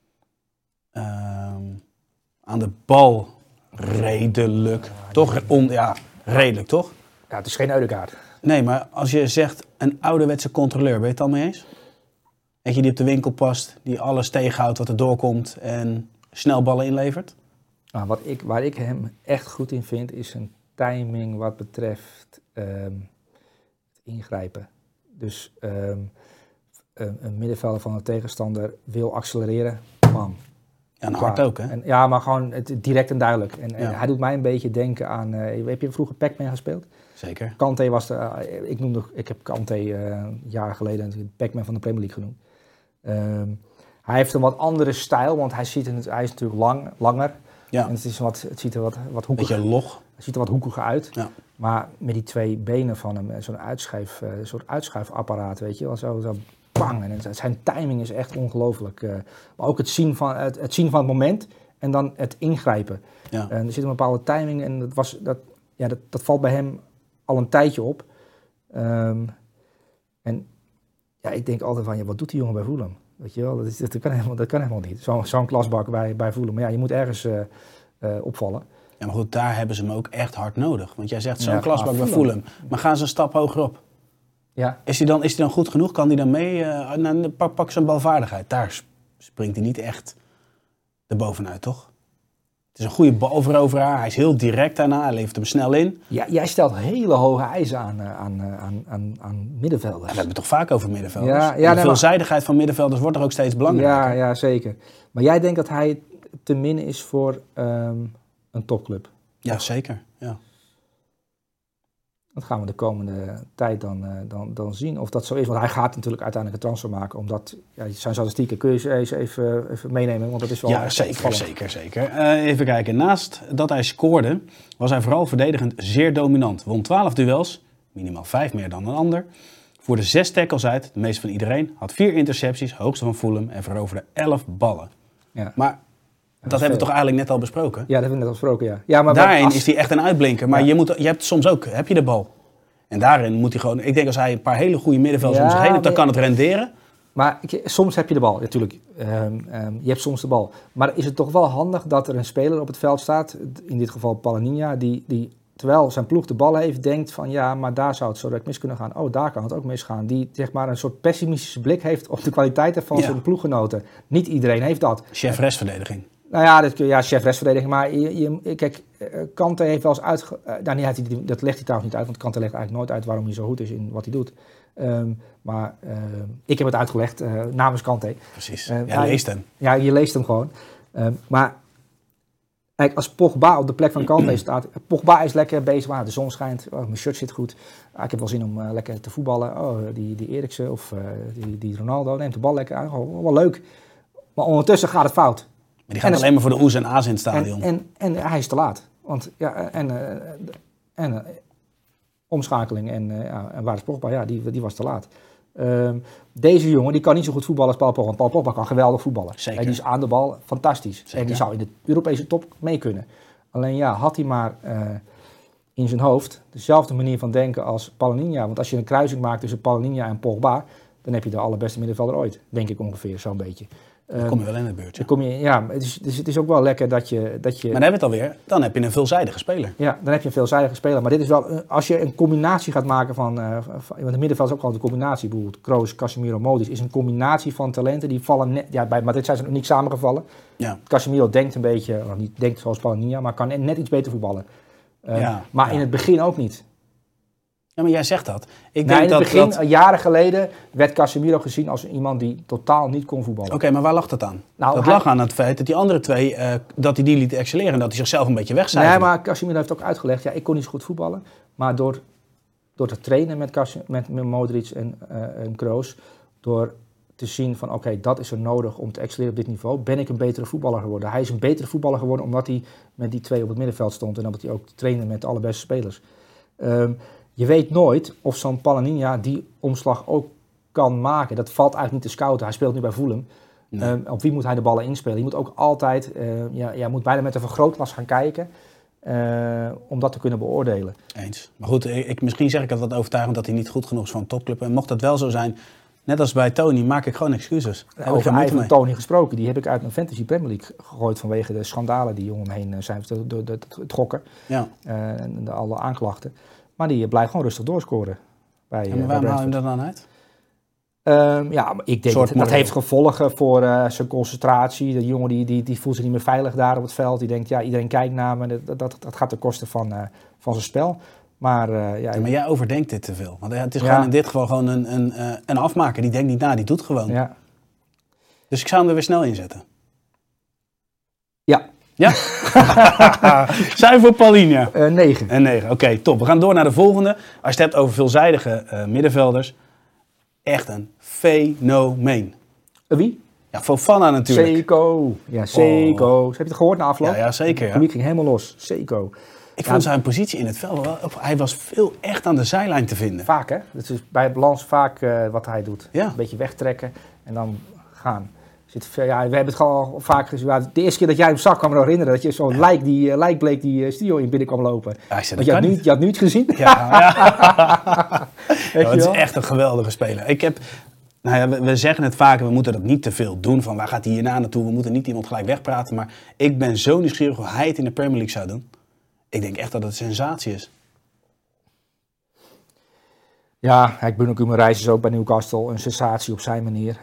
Aan de bal redelijk. Toch? Redelijk toch? Ja, het is geen Ødegaard. Nee, maar als je zegt een ouderwetse controleur, ben je het al mee eens? Eentje die op de winkel past, die alles tegenhoudt wat er doorkomt en snel ballen inlevert? Nou, waar ik hem echt goed in vind, is zijn timing wat betreft het ingrijpen. Dus een middenvelder van een tegenstander wil accelereren, bam. Ja, en hard ook, hè? Ja, maar gewoon direct en duidelijk. En hij doet mij een beetje denken aan... heb je vroeger Pac-Man gespeeld? Zeker. Kanté was ik heb Kanté jaren geleden Pac-Man van de Premier League genoemd. Hij heeft een wat andere stijl, want hij is natuurlijk langer. Ja. En het ziet er wat hoekiger. Beetje log. Het ziet er wat hoekiger uit. Ja. Maar met die twee benen van hem, zo'n soort uitschuifapparaat, weet je wel, zo bang. En zijn timing is echt ongelooflijk. Maar ook het zien van het moment en dan het ingrijpen. Ja. Er zit een bepaalde timing en dat valt bij hem al een tijdje op. En ja, ik denk altijd van, wat doet die jongen bij Fulham? Weet je wel, dat kan helemaal niet. Zo'n klasbak bij Fulham. Maar ja, je moet ergens opvallen. Ja, maar goed, daar hebben ze hem ook echt hard nodig. Want jij zegt zo'n klasbak bij Fulham. Maar gaan ze een stap hoger op? Ja. Is hij dan goed genoeg? Kan hij dan mee? Pak zijn balvaardigheid. Daar springt hij niet echt erbovenuit, toch? Het is een goede balveroveraar. Hij is heel direct daarna. Hij levert hem snel in. Ja, jij stelt hele hoge eisen aan middenvelders. Ja, we hebben het toch vaak over middenvelders. De veelzijdigheid van middenvelders wordt er ook steeds belangrijker. Ja, zeker. Maar jij denkt dat hij te min is voor een topclub? Ja, zeker. Ja. Dat gaan we de komende tijd dan zien of dat zo is. Want hij gaat natuurlijk uiteindelijk een transfer maken. Omdat zijn statistieken kun je ze even meenemen. Want dat is wel. Ja, zeker. Even kijken. Naast dat hij scoorde, was hij vooral verdedigend zeer dominant. Won 12 duels, minimaal 5 meer dan een ander. Voerde 6 tackles uit, de meeste van iedereen. Had 4 intercepties, hoogste van Fulham. En veroverde 11 ballen. Ja. Maar Dat hebben we toch eigenlijk net al besproken? Ja, dat hebben we net al besproken, ja. Maar daarin is hij echt een uitblinker. Maar Ja. je hebt soms ook, heb je de bal. En daarin moet hij gewoon, ik denk als hij een paar hele goede middenvelders om zich heen heeft, dan kan het renderen. Maar soms heb je de bal, natuurlijk. Je hebt soms de bal. Maar is het toch wel handig dat er een speler op het veld staat, in dit geval Palhinha, die terwijl zijn ploeg de bal heeft, denkt van ja, maar daar zou het zo direct mis kunnen gaan. Oh, daar kan het ook misgaan. Die zeg maar een soort pessimistische blik heeft op de kwaliteiten van zijn ploeggenoten. Niet iedereen heeft dat. Chef restverdediging. Nou ja, chef restverdediging. Maar kijk, Kante heeft wel eens dat legt hij trouwens niet uit, want Kante legt eigenlijk nooit uit waarom hij zo goed is in wat hij doet. Maar ik heb het uitgelegd namens Kante. Precies, jij leest hem. Ja, je leest hem gewoon. Maar als Pogba op de plek van Kante staat, Pogba is lekker bezig, de zon schijnt, mijn shirt zit goed. Ik heb wel zin om lekker te voetballen. Die Eriksen of die Ronaldo neemt de bal lekker aan. Gewoon wel leuk. Maar ondertussen gaat het fout. Maar die gaat alleen maar voor de oes en aas in het stadion. En hij is te laat. Want omschakeling en waar is Pogba? Ja, die was te laat. Deze jongen die kan niet zo goed voetballen als Paul Pogba. Want Paul Pogba kan geweldig voetballen. Zeker. Die is aan de bal fantastisch. Zeker. En die zou in de Europese top mee kunnen. Alleen ja, had hij maar in zijn hoofd dezelfde manier van denken als Palhinha. Want als je een kruising maakt tussen Palhinha en Pogba, dan heb je de allerbeste middenvelder ooit. Denk ik ongeveer, zo'n beetje. Dan kom je wel in de buurt. Dus het is ook wel lekker dat je... Maar dan hebben we het alweer. Dan heb je een veelzijdige speler. Ja, dan heb je een veelzijdige speler. Maar dit is wel... Als je een combinatie gaat maken van... want het middenveld is ook altijd een combinatie. Bijvoorbeeld Kroos, Casemiro, Modric is een combinatie van talenten. Die vallen net... Ja, bij Madrid zijn ze nog niet samengevallen. Ja. Casemiro denkt een beetje... niet denkt zoals Palhinha, maar kan net iets beter voetballen. In het begin ook niet. Ja, maar jij zegt dat. In het begin, jaren geleden, werd Casemiro gezien als iemand die totaal niet kon voetballen. Oké, maar waar lag dat aan? Dat lag aan het feit dat die andere twee, dat hij die liet excelleren en dat hij zichzelf een beetje wegcijferde. Nee, maar Casemiro heeft ook uitgelegd, ik kon niet zo goed voetballen. Maar door te trainen met Modric en Kroos, door te zien van dat is er nodig om te excelleren op dit niveau, ben ik een betere voetballer geworden. Hij is een betere voetballer geworden omdat hij met die twee op het middenveld stond en omdat hij ook trainde met de allerbeste spelers. Je weet nooit of zo'n Palhinha die omslag ook kan maken. Dat valt eigenlijk niet te scouten. Hij speelt nu bij Fulham. Nee. Op wie moet hij de ballen inspelen? Je moet ook altijd, je moet bijna met een vergrootglas gaan kijken om dat te kunnen beoordelen. Eens. Maar goed, misschien zeg ik het wat overtuigend dat hij niet goed genoeg is voor een topclub. En mocht dat wel zo zijn, net als bij Tony, maak ik gewoon excuses. Over van Tony gesproken, die heb ik uit mijn Fantasy Premier League gegooid vanwege de schandalen die om hem heen zijn, door het gokken en alle aanklachten. Maar die blijft gewoon rustig doorscoren. Maar waarom haal je hem er dan uit? Ik denk dat heeft gevolgen voor zijn concentratie. De jongen die voelt zich niet meer veilig daar op het veld. Die denkt, iedereen kijkt naar me. Dat gaat ten koste van zijn spel. Maar jij overdenkt dit te veel. Want het is gewoon in dit geval gewoon een afmaker. Die denkt niet na, die doet gewoon. Ja. Dus ik zou hem er weer snel inzetten. Ja. Ja? Zijn we voor Palhinha? 9. Een 9, oké, top. We gaan door naar de volgende. Als je het hebt over veelzijdige middenvelders. Echt een fenomeen. Wie? Ja, Fofana natuurlijk. Seko. Ja, Seko. Heb je het gehoord na afloop? Ja, zeker. Het publiek ging helemaal los. Seko. Ik vond zijn positie in het veld wel... Hij was veel echt aan de zijlijn te vinden. Vaak, hè? Dat is bij het balans vaak wat hij doet. Ja. Een beetje wegtrekken en dan gaan. We hebben het gewoon al vaak gezien. De eerste keer dat jij hem zag, kan me nog herinneren dat je zo'n lijkbleek die studio in binnen kwam lopen. Ja, je had nu iets gezien. Ja. Het is echt een geweldige speler. We zeggen het vaker, we moeten dat niet te veel doen. Van waar gaat hij hierna naartoe? We moeten niet iemand gelijk wegpraten. Maar ik ben zo nieuwsgierig hoe hij het in de Premier League zou doen. Ik denk echt dat het een sensatie is. Ja, ik ben ook in mijn reis ook bij Newcastle een sensatie op zijn manier.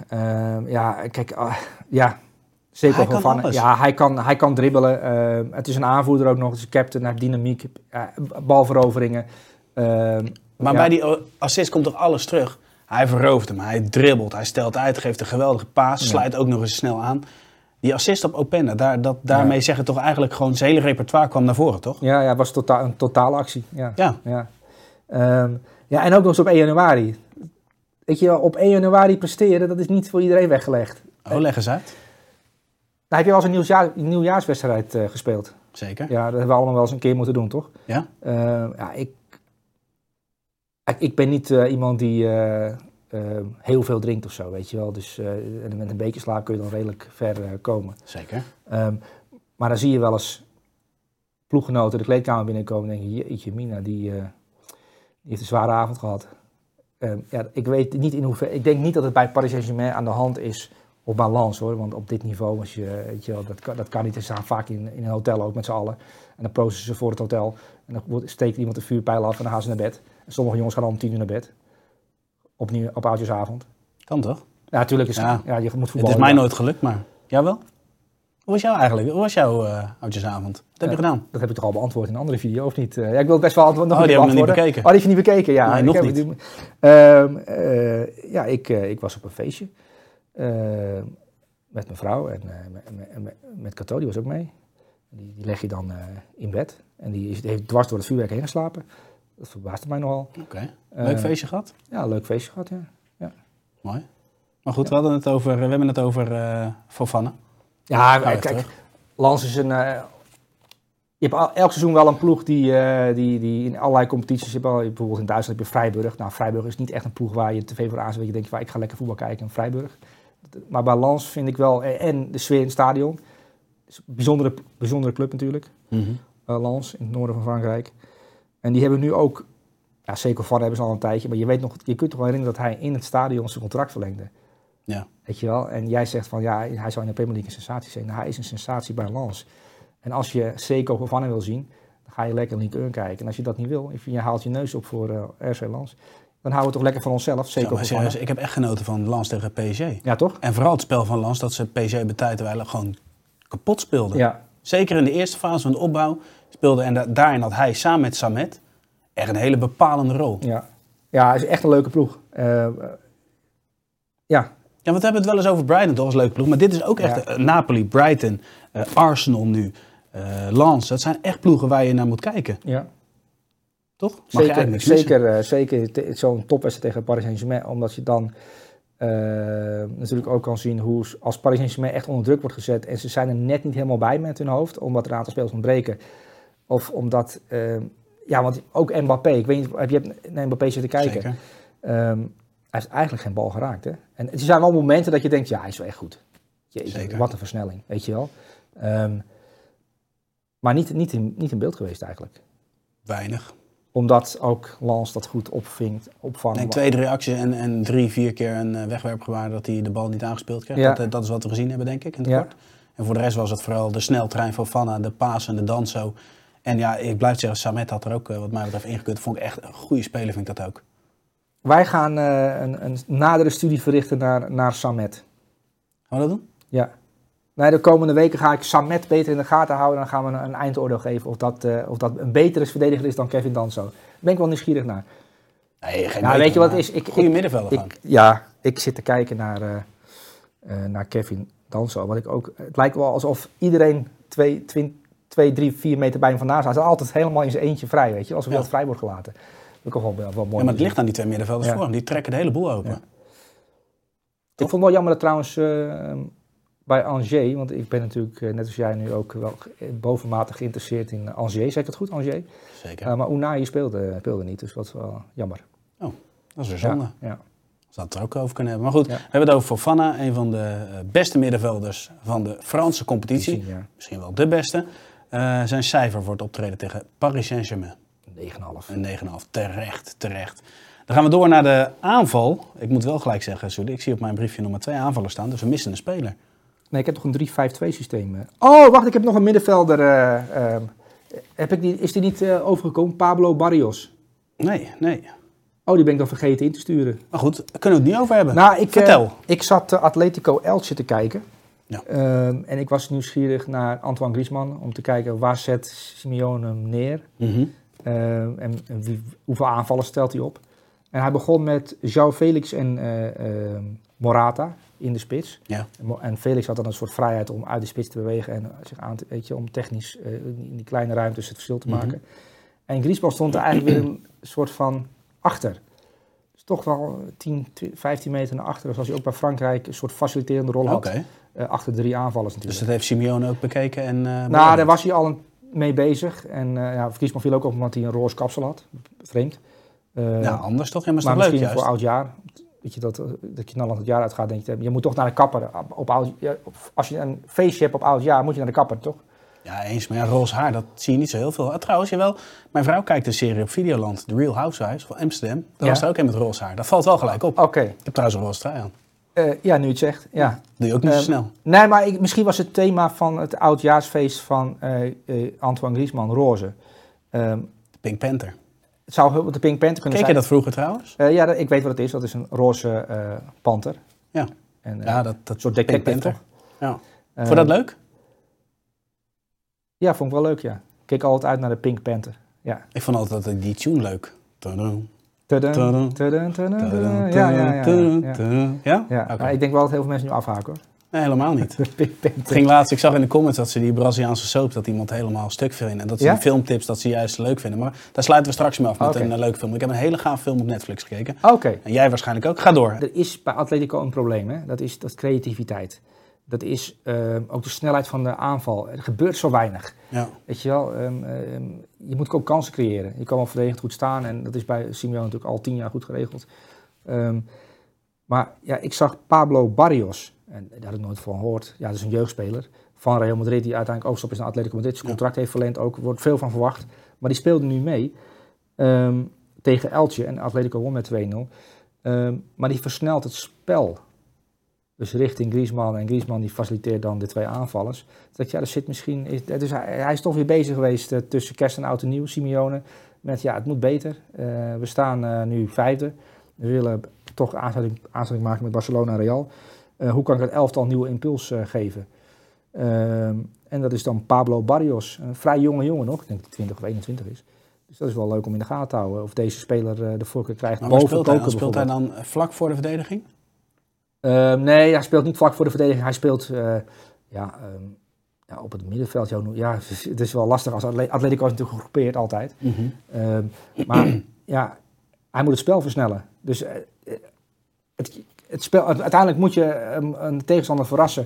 Zeker hij van. Alles. Ja, hij kan dribbelen. Het is een aanvoerder ook nog, het is een captain, hij heeft dynamiek, balveroveringen. Maar bij die assist komt toch alles terug? Hij verovert hem, hij dribbelt, hij stelt uit, geeft een geweldige paas, sluit ook nog eens snel aan. Die assist op Openda, daarmee zeggen toch eigenlijk gewoon zijn hele repertoire kwam naar voren, toch? Ja, het was een totale actie. Ja. En ook nog eens op 1 januari. Weet je, op 1 januari presteren, dat is niet voor iedereen weggelegd. Leg eens uit. Nou, heb je wel eens een nieuwjaarswedstrijd gespeeld? Zeker. Ja, dat hebben we allemaal wel eens een keer moeten doen, toch? Ja. Ik ben niet iemand die heel veel drinkt of zo, weet je wel. Dus met een bekerslaap kun je dan redelijk ver komen. Zeker. Maar dan zie je wel eens ploeggenoten de kleedkamer binnenkomen en denk je, jeetje mina, die heeft een zware avond gehad. Ik weet niet in hoeverre. Ik denk niet dat het bij Paris Saint-Germain aan de hand is op balans hoor. Want op dit niveau, dat kan niet. Ze staan vaak in een hotel ook met z'n allen. En dan proosten ze voor het hotel. En dan steekt iemand de vuurpijl af en dan gaan ze naar bed. En sommige jongens gaan om 10 uur naar bed. Opnieuw op oudjesavond. Kan toch? Ja, natuurlijk is ja, je moet voetballen. Het is mij nooit gelukt, maar jij wel? Hoe was jouw oudjesavond? Wat heb je gedaan? Dat heb ik toch al beantwoord in een andere video, of niet? Ik wil het best wel antwoorden. Die hebben we nog niet bekeken. Die heb je niet bekeken, ja. Nee, nog niet. Ik was op een feestje. Met mijn vrouw en met Cato, die was ook mee. Die leg je dan in bed. En die heeft dwars door het vuurwerk heen geslapen. Dat verbaasde mij nogal. Oké. Leuk feestje gehad? Ja, leuk feestje gehad, ja. Mooi. Maar goed, we hebben het over Fofana. Ja, kijk, Lens is een... je hebt elk seizoen wel een ploeg die in allerlei competities... Bijvoorbeeld in Duitsland heb je Freiburg. Nou, Freiburg is niet echt een ploeg waar je tv voor aanzet. Je denkt, ik ga lekker voetbal kijken in Freiburg. Maar bij Lens vind ik wel... En de sfeer in het stadion. Is een bijzondere club natuurlijk. Mm-hmm. Lens, in het noorden van Frankrijk. En die hebben nu ook... Ja, zeker van hebben ze al een tijdje. Maar je kunt toch wel herinneren dat hij in het stadion zijn contract verlengde. Ja. Weet je wel? En jij zegt van ja, hij zou in de Premier League een sensatie zijn. Nou, hij is een sensatie bij Lens. En als je Seco van hem wil zien, dan ga je lekker Ligue 1 kijken. En als je dat niet wil, je haalt je neus op voor RC Lens, dan houden we toch lekker van onszelf. Seco ik heb echt genoten van Lens tegen PSG. Ja, toch? En vooral het spel van Lens, dat ze PSG bij tijd gewoon kapot speelden. Ja. Zeker in de eerste fase van de opbouw speelde. En daarin had hij samen met Samet echt een hele bepalende rol. Ja, het is echt een leuke ploeg. Ja. Ja, want we hebben het wel eens over Brighton, toch? Als leuke ploeg. Maar dit is ook echt Napoli, Brighton, Arsenal nu, Lens. Dat zijn echt ploegen waar je naar moet kijken. Ja. Toch? Zeker zo'n topwedstrijd tegen Paris Saint-Germain. Omdat je dan natuurlijk ook kan zien hoe als Paris Saint-Germain echt onder druk wordt gezet. En ze zijn er net niet helemaal bij met hun hoofd. Omdat er een aantal spelers ontbreken. Of omdat... want ook Mbappé. Ik weet niet, heb je naar Mbappé zitten kijken? Zeker. Hij heeft eigenlijk geen bal geraakt. Hè? En er zijn wel momenten dat je denkt, ja, hij is wel echt goed. Jeetje, wat een versnelling, weet je wel. Maar niet in beeld geweest eigenlijk. Weinig. Omdat ook Lens dat goed opvangt. Nee, 2-3 acties en 3-4 keer een wegwerpgebaar dat hij de bal niet aangespeeld kreeg. Ja. Dat is wat we gezien hebben, denk ik, in het kort. En voor de rest was het vooral de sneltrein van Fofana, de paas en de danso. En ja, ik blijf zeggen, Samet had er ook wat mij betreft ingekund. Vond ik echt een goede speler, vind ik dat ook. Wij gaan een nadere studie verrichten naar Samet. Gaan we dat doen? Ja. Nee, de komende weken ga ik Samet beter in de gaten houden. Dan gaan we een eindoordeel geven of dat een betere verdediger is dan Kevin Danso. Daar ben ik wel nieuwsgierig naar. Nee, geen weet je wat het is? Goede middenvelder gaan. Ik zit te kijken naar Kevin Danso. Het lijkt wel alsof iedereen 2, 3, 4 meter bij hem vandaan staat. Hij is altijd helemaal in zijn eentje vrij, weet je. Alsof hij vrij wordt gelaten. Dat is wel mooi. Ja, maar het ligt aan die twee middenvelders voor hem. Die trekken de hele boel open. Ja. Ik vond het wel jammer dat trouwens bij Angers, want ik ben natuurlijk net als jij nu ook wel bovenmatig geïnteresseerd in Angers. Zeg ik het goed, Angers? Zeker. Maar Unai speelde niet, dus dat is wel jammer. Oh, dat is een zonde. Ja. Zou het er ook over kunnen hebben. Maar goed, we hebben het over Fofana, een van de beste middenvelders van de Franse competitie. Misschien wel de beste. Zijn cijfer voor het optreden tegen Paris Saint-Germain. 9,5. Een 9,5. Terecht. Dan gaan we door naar de aanval. Ik moet wel gelijk zeggen, Soede, ik zie op mijn briefje nog maar 2 aanvallers staan, dus we missen een speler. Nee, ik heb toch een 3-5-2 systeem. Oh, wacht, ik heb nog een middenvelder. Is die niet overgekomen? Pablo Barrios. Nee. Oh, die ben ik dan vergeten in te sturen. Maar goed, daar kunnen we het niet over hebben. Nou, Vertel. Ik zat Atletico Elche te kijken. Ja. En ik was nieuwsgierig naar Antoine Griezmann om te kijken waar zet Simeone hem neer. Mm-hmm. En hoeveel aanvallen stelt hij op. En hij begon met João Felix en Morata in de spits. Ja. En Felix had dan een soort vrijheid om uit de spits te bewegen en zich om technisch in die kleine ruimtes het verschil te maken. Mm-hmm. En Griezmann stond er eigenlijk weer een soort van achter. Dus toch wel 10, 15 meter naar achter. Zoals hij ook bij Frankrijk een soort faciliterende rol had. Okay. Achter 3 aanvallers natuurlijk. Dus dat heeft Simeone ook bekeken? En, daar was hij al mee bezig. En Griezmann viel ook op omdat hij een roze kapsel had. Vreemd. Anders toch? Ja, maar is maar toch leuk misschien juist? voor oud jaar. Weet je, dat je knallend het jaar uitgaat, denk je moet toch naar de kapper. Als je een feestje hebt op oud jaar, moet je naar de kapper, toch? Ja, eens. Maar ja, roze haar, dat zie je niet zo heel veel. Trouwens, jawel, mijn vrouw kijkt een serie op Videoland, The Real Housewives van Amsterdam. Daar was er ook een met roze haar. Dat valt wel gelijk op. Oké. Ik heb trouwens een roze trui aan. Ja, nu je het zegt. Ja. Doe je ook niet zo snel. Nee, maar misschien was het thema van het oudjaarsfeest van Antoine Griezmann roze. Pink Panther. Het zou de Pink Panther kunnen Keek zijn. je dat vroeger trouwens? Ja, ik weet wat het is. Dat is een roze panter. Ja. En, Ja, dat soort Pink detective Panther. toch? Ja. Vond je dat leuk? Ja, vond ik wel leuk, ja. Ik keek altijd uit naar de Pink Panther. Ja. Ik vond altijd die tune leuk. Tudum, Tudum, tudum, tudum, tudum. Ja? Ja, Oké. maar ik denk wel dat heel veel mensen nu afhaken, hoor. Nee, helemaal niet. De Pink Het Panther. ging laatst, ik zag in de comments dat ze die Braziliaanse soap, dat iemand helemaal stuk vinden. En dat ze Ja? die filmtips, dat ze juist leuk vinden. Maar daar sluiten we straks mee af met Oké. een leuke film. Ik heb een hele gaaf film op Netflix gekeken. Oké. En jij waarschijnlijk ook. Ga door. Er is bij Atletico een probleem, hè? Dat is creativiteit. Dat is ook de snelheid van de aanval. Er gebeurt zo weinig. Ja. Weet je wel, je moet ook kansen creëren. Je kan wel verdedigend goed staan en dat is bij Simeone natuurlijk al 10 jaar goed geregeld. Maar ja, ik zag Pablo Barrios, en daar had ik nooit van gehoord. Ja, dat is een jeugdspeler van Real Madrid die uiteindelijk overstap is naar Atletico Madrid. Zijn contract heeft verlengd ook, er wordt veel van verwacht. Maar die speelde nu mee tegen Elche en Atletico won met 2-0. Maar die versnelt het spel. Dus richting Griezmann. En Griezmann die faciliteert dan de 2 aanvallers. Dat ja, er zit misschien. Dus hij is toch weer bezig geweest tussen kerst en oud en nieuw, Simeone. Met ja, het moet beter. We staan nu 5e. We willen toch aansluiting maken met Barcelona en Real. Hoe kan ik het elftal een nieuwe impuls geven? En dat is dan Pablo Barrios. Een vrij jonge jongen nog. Ik denk dat hij 20 of 21 is. Dus dat is wel leuk om in de gaten te houden. Of deze speler de voorkeur krijgt. Maar waar boven speelt hij? Koken Speelt hij bijvoorbeeld. dan vlak voor de verdediging? Nee, hij speelt niet vlak voor de verdediging. Hij speelt op het middenveld. Ja, het is wel lastig als Atletico is natuurlijk gegroepeerd altijd. Maar ja, hij moet het spel versnellen. Dus het spel, uiteindelijk moet je een tegenstander verrassen.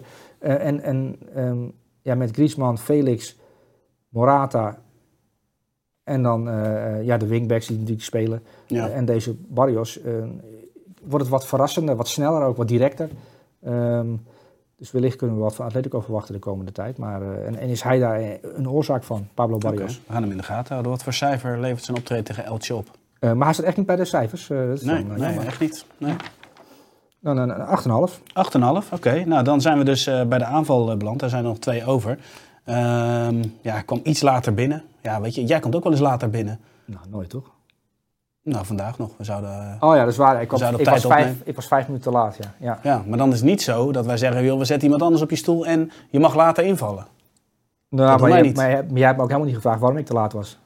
Met Griezmann, Felix, Morata en dan de wingbacks die spelen. Ja. En deze Barrios. Wordt het wat verrassender, wat sneller, ook wat directer. Dus wellicht kunnen we wat van Atletico verwachten de komende tijd. Maar, en is hij daar een oorzaak van, Pablo Barrios? Okay. We gaan hem in de gaten houden. Wat voor cijfer levert zijn optreden tegen Elche op? Maar hij staat echt niet bij de cijfers. Dat is Nee, dan, echt niet. Nee. Dan een 8,5. 8,5, oké. Nou, dan zijn we dus bij de aanval beland. Daar zijn er nog 2 over. Hij kwam iets later binnen. Ja, weet je, jij komt ook wel eens later binnen. Nou, nooit toch? Nou, vandaag nog. We zouden... Oh ja, dat is waar. Ik was 5 minuten te laat, ja. Ja, maar dan is het niet zo dat wij zeggen, joh, we zetten iemand anders op je stoel en je mag later invallen. Nou, maar jij hebt me ook helemaal niet gevraagd waarom ik te laat was.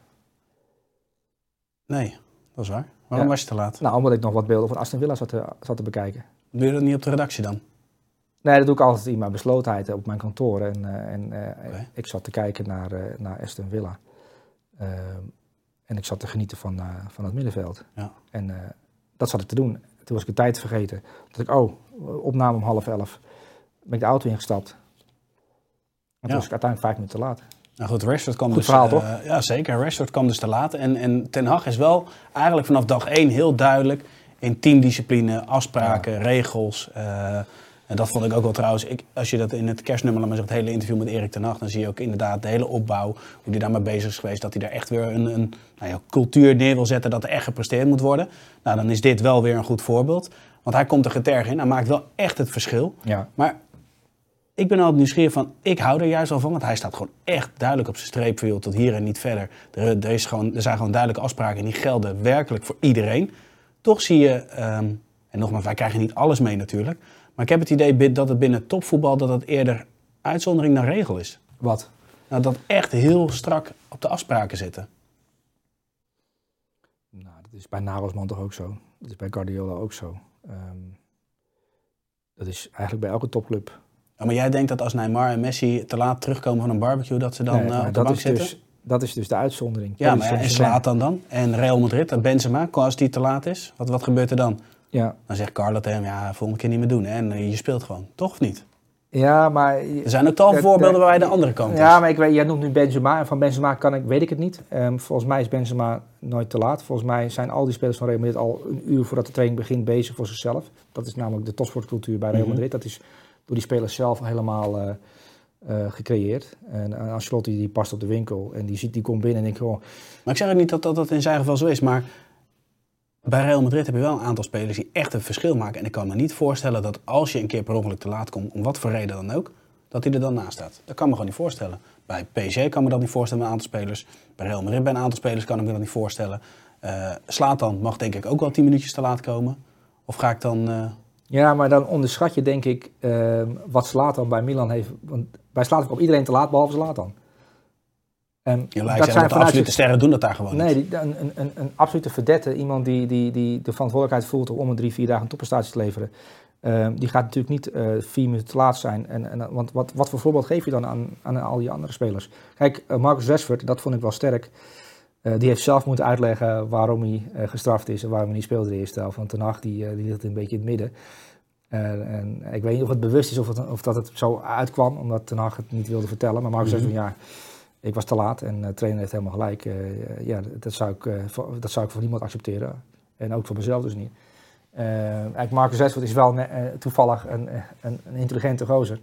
Nee, dat is waar. Waarom was je te laat? Nou, omdat ik nog wat beelden van Aston Villa zat te bekijken. Doe je dat niet op de redactie dan? Nee, dat doe ik altijd in mijn beslotenheid op mijn kantoor. Ik zat te kijken naar Aston Villa. En ik zat te genieten van het middenveld. Ja. En dat zat ik te doen. Toen was ik de tijd vergeten. Toen dacht ik, opname om 10:30. Ben ik de auto ingestapt. En toen was ik uiteindelijk 5 minuten te laat. Nou goed, Rashford kwam Goed dus... verhaal, toch? Ja, zeker. Rashford kwam dus te laat. En Ten Hag is wel eigenlijk vanaf dag 1 heel duidelijk in teamdiscipline, afspraken, regels. En dat vond ik ook wel trouwens. Als je dat in het kerstnummer, laat maar zeggen, het hele interview met Erik ten Hag, dan zie je ook inderdaad de hele opbouw, hoe hij daarmee bezig is geweest, dat hij daar echt weer een cultuur neer wil zetten dat er echt gepresteerd moet worden. Nou, dan is dit wel weer een goed voorbeeld. Want hij komt er getergd in, hij maakt wel echt het verschil. Ja. Maar ik ben altijd nieuwsgierig van, ik hou er juist wel van, want hij staat gewoon echt duidelijk op zijn streep van, joh, tot hier en niet verder. Er zijn gewoon duidelijke afspraken en die gelden werkelijk voor iedereen. Toch zie je, en nogmaals, wij krijgen niet alles mee natuurlijk, maar ik heb het idee dat het binnen topvoetbal dat het eerder uitzondering dan regel is. Wat? Nou, dat echt heel strak op de afspraken zitten. Nou, dat is bij Nagelsman toch ook zo. Dat is bij Guardiola ook zo. Dat is eigenlijk bij elke topclub. Ja, maar jij denkt dat als Neymar en Messi te laat terugkomen van een barbecue, dat ze dan op de bank zitten? Dat is dus de uitzondering. Ja, maar en Zlatan dan? En Real Madrid, dat Benzema, als die te laat is, wat gebeurt er dan? Ja. Dan zegt Carlo tegen hem, ja, volgende keer niet meer doen. Hè? En je speelt gewoon, toch of niet? Ja, maar... Er zijn ook tal voorbeelden waarbij de andere kant is. Ja, maar jij noemt nu Benzema. En van Benzema weet ik het niet. Volgens mij is Benzema nooit te laat. Volgens mij zijn al die spelers van Real Madrid al een uur voordat de training begint bezig voor zichzelf. Dat is namelijk de topsportcultuur bij Real Madrid. Dat is door die spelers zelf helemaal gecreëerd. En Ancelotti die past op de winkel en die komt binnen en denkt gewoon... Maar ik zeg ook niet dat dat in zijn geval zo is, maar bij Real Madrid heb je wel een aantal spelers die echt een verschil maken. En ik kan me niet voorstellen dat als je een keer per ongeluk te laat komt, om wat voor reden dan ook, dat hij er dan naast staat. Dat kan me gewoon niet voorstellen. Bij PSG kan me dat niet voorstellen met een aantal spelers. Bij Real Madrid bij een aantal spelers kan ik me dat niet voorstellen. Zlatan mag denk ik ook wel 10 minuutjes te laat komen. Of ga ik dan... Ja, maar dan onderschat je denk ik wat Zlatan bij Milan heeft. Want bij Zlatan komt iedereen te laat, behalve Zlatan. Je lijkt zeggen dat de absolute sterren doen dat daar gewoon niet. Nee, een absolute verdette, iemand die de verantwoordelijkheid voelt om een 3-4 dagen een topprestatie te leveren. Die gaat natuurlijk niet 4 minuten te laat zijn. Want wat voor voorbeeld geef je dan aan al die andere spelers? Kijk, Marcus Rashford, dat vond ik wel sterk. Die heeft zelf moeten uitleggen waarom hij gestraft is en waarom hij niet speelde de eerste helft. Want Ten Hag die ligt een beetje in het midden. En ik weet niet of het bewust is of dat het zo uitkwam, omdat Ten Hag het niet wilde vertellen. Maar Marcus zegt van ja, ik was te laat en de trainer heeft helemaal gelijk. Ja, dat zou ik voor niemand accepteren. En ook voor mezelf dus niet. Eigenlijk Marcus Rashford is wel toevallig een intelligente gozer.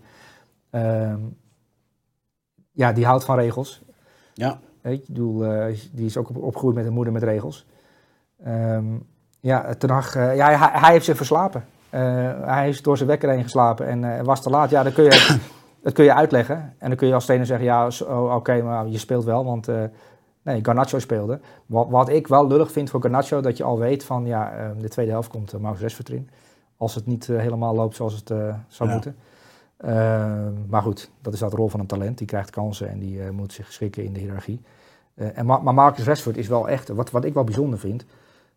Ja, die houdt van regels. Ja. Ik bedoel, die is ook opgegroeid met een moeder met regels. Ja, Ten Hag, hij heeft zich verslapen. Hij is door zijn wekker heen geslapen en was te laat. Ja, dat kun je uitleggen. En dan kun je als trainer zeggen, ja, oké, maar je speelt wel, want nee, Garnacho speelde. Wat ik wel lullig vind voor Garnacho, dat je al weet van, ja, de tweede helft komt Marcus Rashford erin. Als het niet helemaal loopt zoals het zou moeten. Maar goed, dat is de rol van een talent. Die krijgt kansen en die moet zich schikken in de hiërarchie. Maar Marcus Rashford is wel echt, wat ik wel bijzonder vind.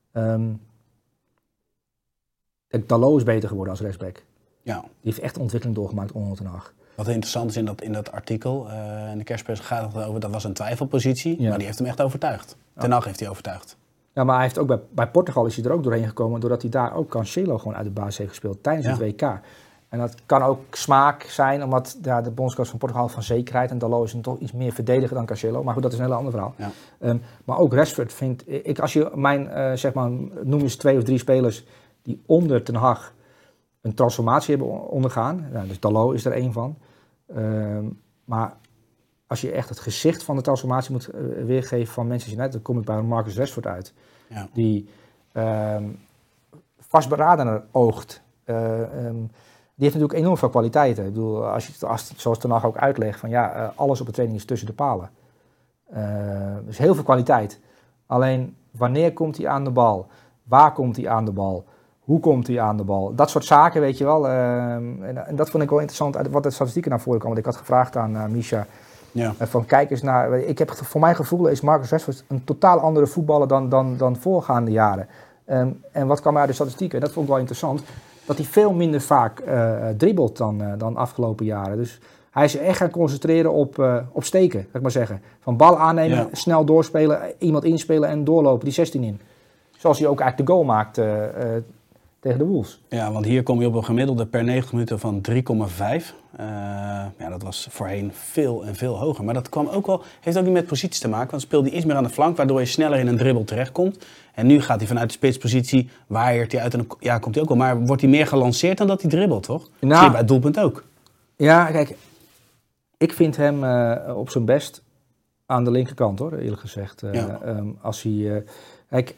Dalot is beter geworden als rechtsback. Ja. Die heeft echt ontwikkeling doorgemaakt onder Ten Hag. Wat interessant is in dat artikel, in de kerstpers gaat het over, dat was een twijfelpositie, maar die heeft hem echt overtuigd. Ten Hag heeft hij overtuigd. Ja, maar hij heeft ook bij Portugal is hij er ook doorheen gekomen, doordat hij daar ook Cancelo gewoon uit de basis heeft gespeeld tijdens het WK. En dat kan ook smaak zijn, omdat de bondscoach van Portugal van zekerheid en Dalot is toch iets meer verdediger dan Cancelo. Maar goed, dat is een heel ander verhaal. Ja. Maar ook Rashford vind ik, als je zeg maar, noem eens 2 of 3 spelers die onder Ten Hag een transformatie hebben ondergaan. Dus Dalot is er één van. Maar als je echt het gezicht van de transformatie moet weergeven van Manchester United, dan kom ik bij Marcus Rashford uit. Ja. Die vastberadener oogt. Die heeft natuurlijk enorm veel kwaliteiten. Ik bedoel, als zoals Ten Hag ook uitlegt, van ja, alles op de training is tussen de palen. Dus heel veel kwaliteit. Alleen, wanneer komt hij aan de bal? Waar komt hij aan de bal? Hoe komt hij aan de bal? Dat soort zaken, weet je wel. En dat vond ik wel interessant, wat de statistieken naar voren kwamen. Want ik had gevraagd aan Misha, van kijk eens naar... voor mijn gevoel is Marcus Rashford een totaal andere voetballer dan voorgaande jaren. En wat kwam uit de statistieken? En dat vond ik wel interessant. Dat hij veel minder vaak dribbelt dan afgelopen jaren. Dus hij is echt gaan concentreren op steken, laat ik maar zeggen. Van bal aannemen, snel doorspelen, iemand inspelen en doorlopen, die 16 in. Zoals hij ook eigenlijk de goal maakt tegen de Wolves. Ja, want hier kom je op een gemiddelde per 90 minuten van 3,5. Dat was voorheen veel en veel hoger. Maar dat kwam ook wel, heeft ook niet met posities te maken. Want speelde hij iets meer aan de flank, waardoor je sneller in een dribbel terechtkomt. En nu gaat hij vanuit de spitspositie, waaiert hij uit en komt hij ook wel. Maar wordt hij meer gelanceerd dan dat hij dribbelt, toch? Nou, zie je bij het doelpunt ook. Ja, kijk, ik vind hem op zijn best aan de linkerkant, hoor, eerlijk gezegd. Als hij... kijk,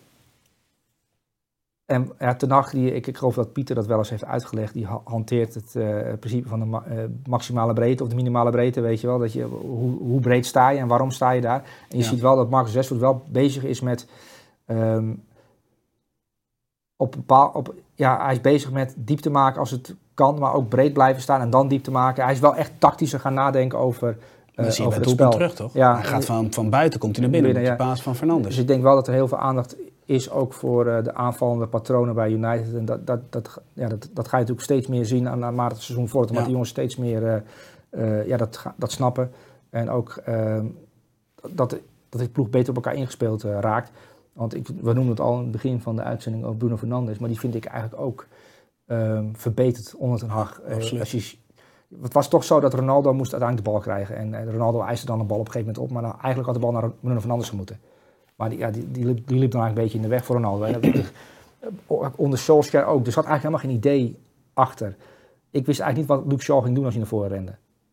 en Ten Hag, ik geloof dat Pieter dat wel eens heeft uitgelegd, die hanteert het principe van de maximale breedte of de minimale breedte, weet je wel. Dat je, hoe breed sta je en waarom sta je daar? En je ziet wel dat Marcus Rashford wel bezig is met... hij is bezig met diep te maken als het kan, maar ook breed blijven staan en dan diep te maken. Hij is wel echt tactischer gaan nadenken over dat zie je over bij het spel terug, toch? Ja, hij gaat van buiten, komt hij naar binnen, op de paas van Fernandes. Dus ik denk wel dat er heel veel aandacht is ook voor de aanvallende patronen bij United. En dat ga je natuurlijk steeds meer zien naarmate het seizoen voordat, omdat die jongens steeds meer dat snappen. En ook dat de ploeg beter op elkaar ingespeeld raakt. Want we noemden het al in het begin van de uitzending over Bruno Fernandes, maar die vind ik eigenlijk ook verbeterd onder Ten Hag. Het was toch zo dat Ronaldo moest uiteindelijk de bal krijgen. En Ronaldo eiste dan de bal op een gegeven moment op, maar eigenlijk had de bal naar Bruno Fernandes moeten. Maar die liep dan eigenlijk een beetje in de weg voor Ronaldo. Onder Solskjaer ook. Er zat eigenlijk helemaal geen idee achter. Ik wist eigenlijk niet wat Luke Shaw ging doen als hij naar voren rende.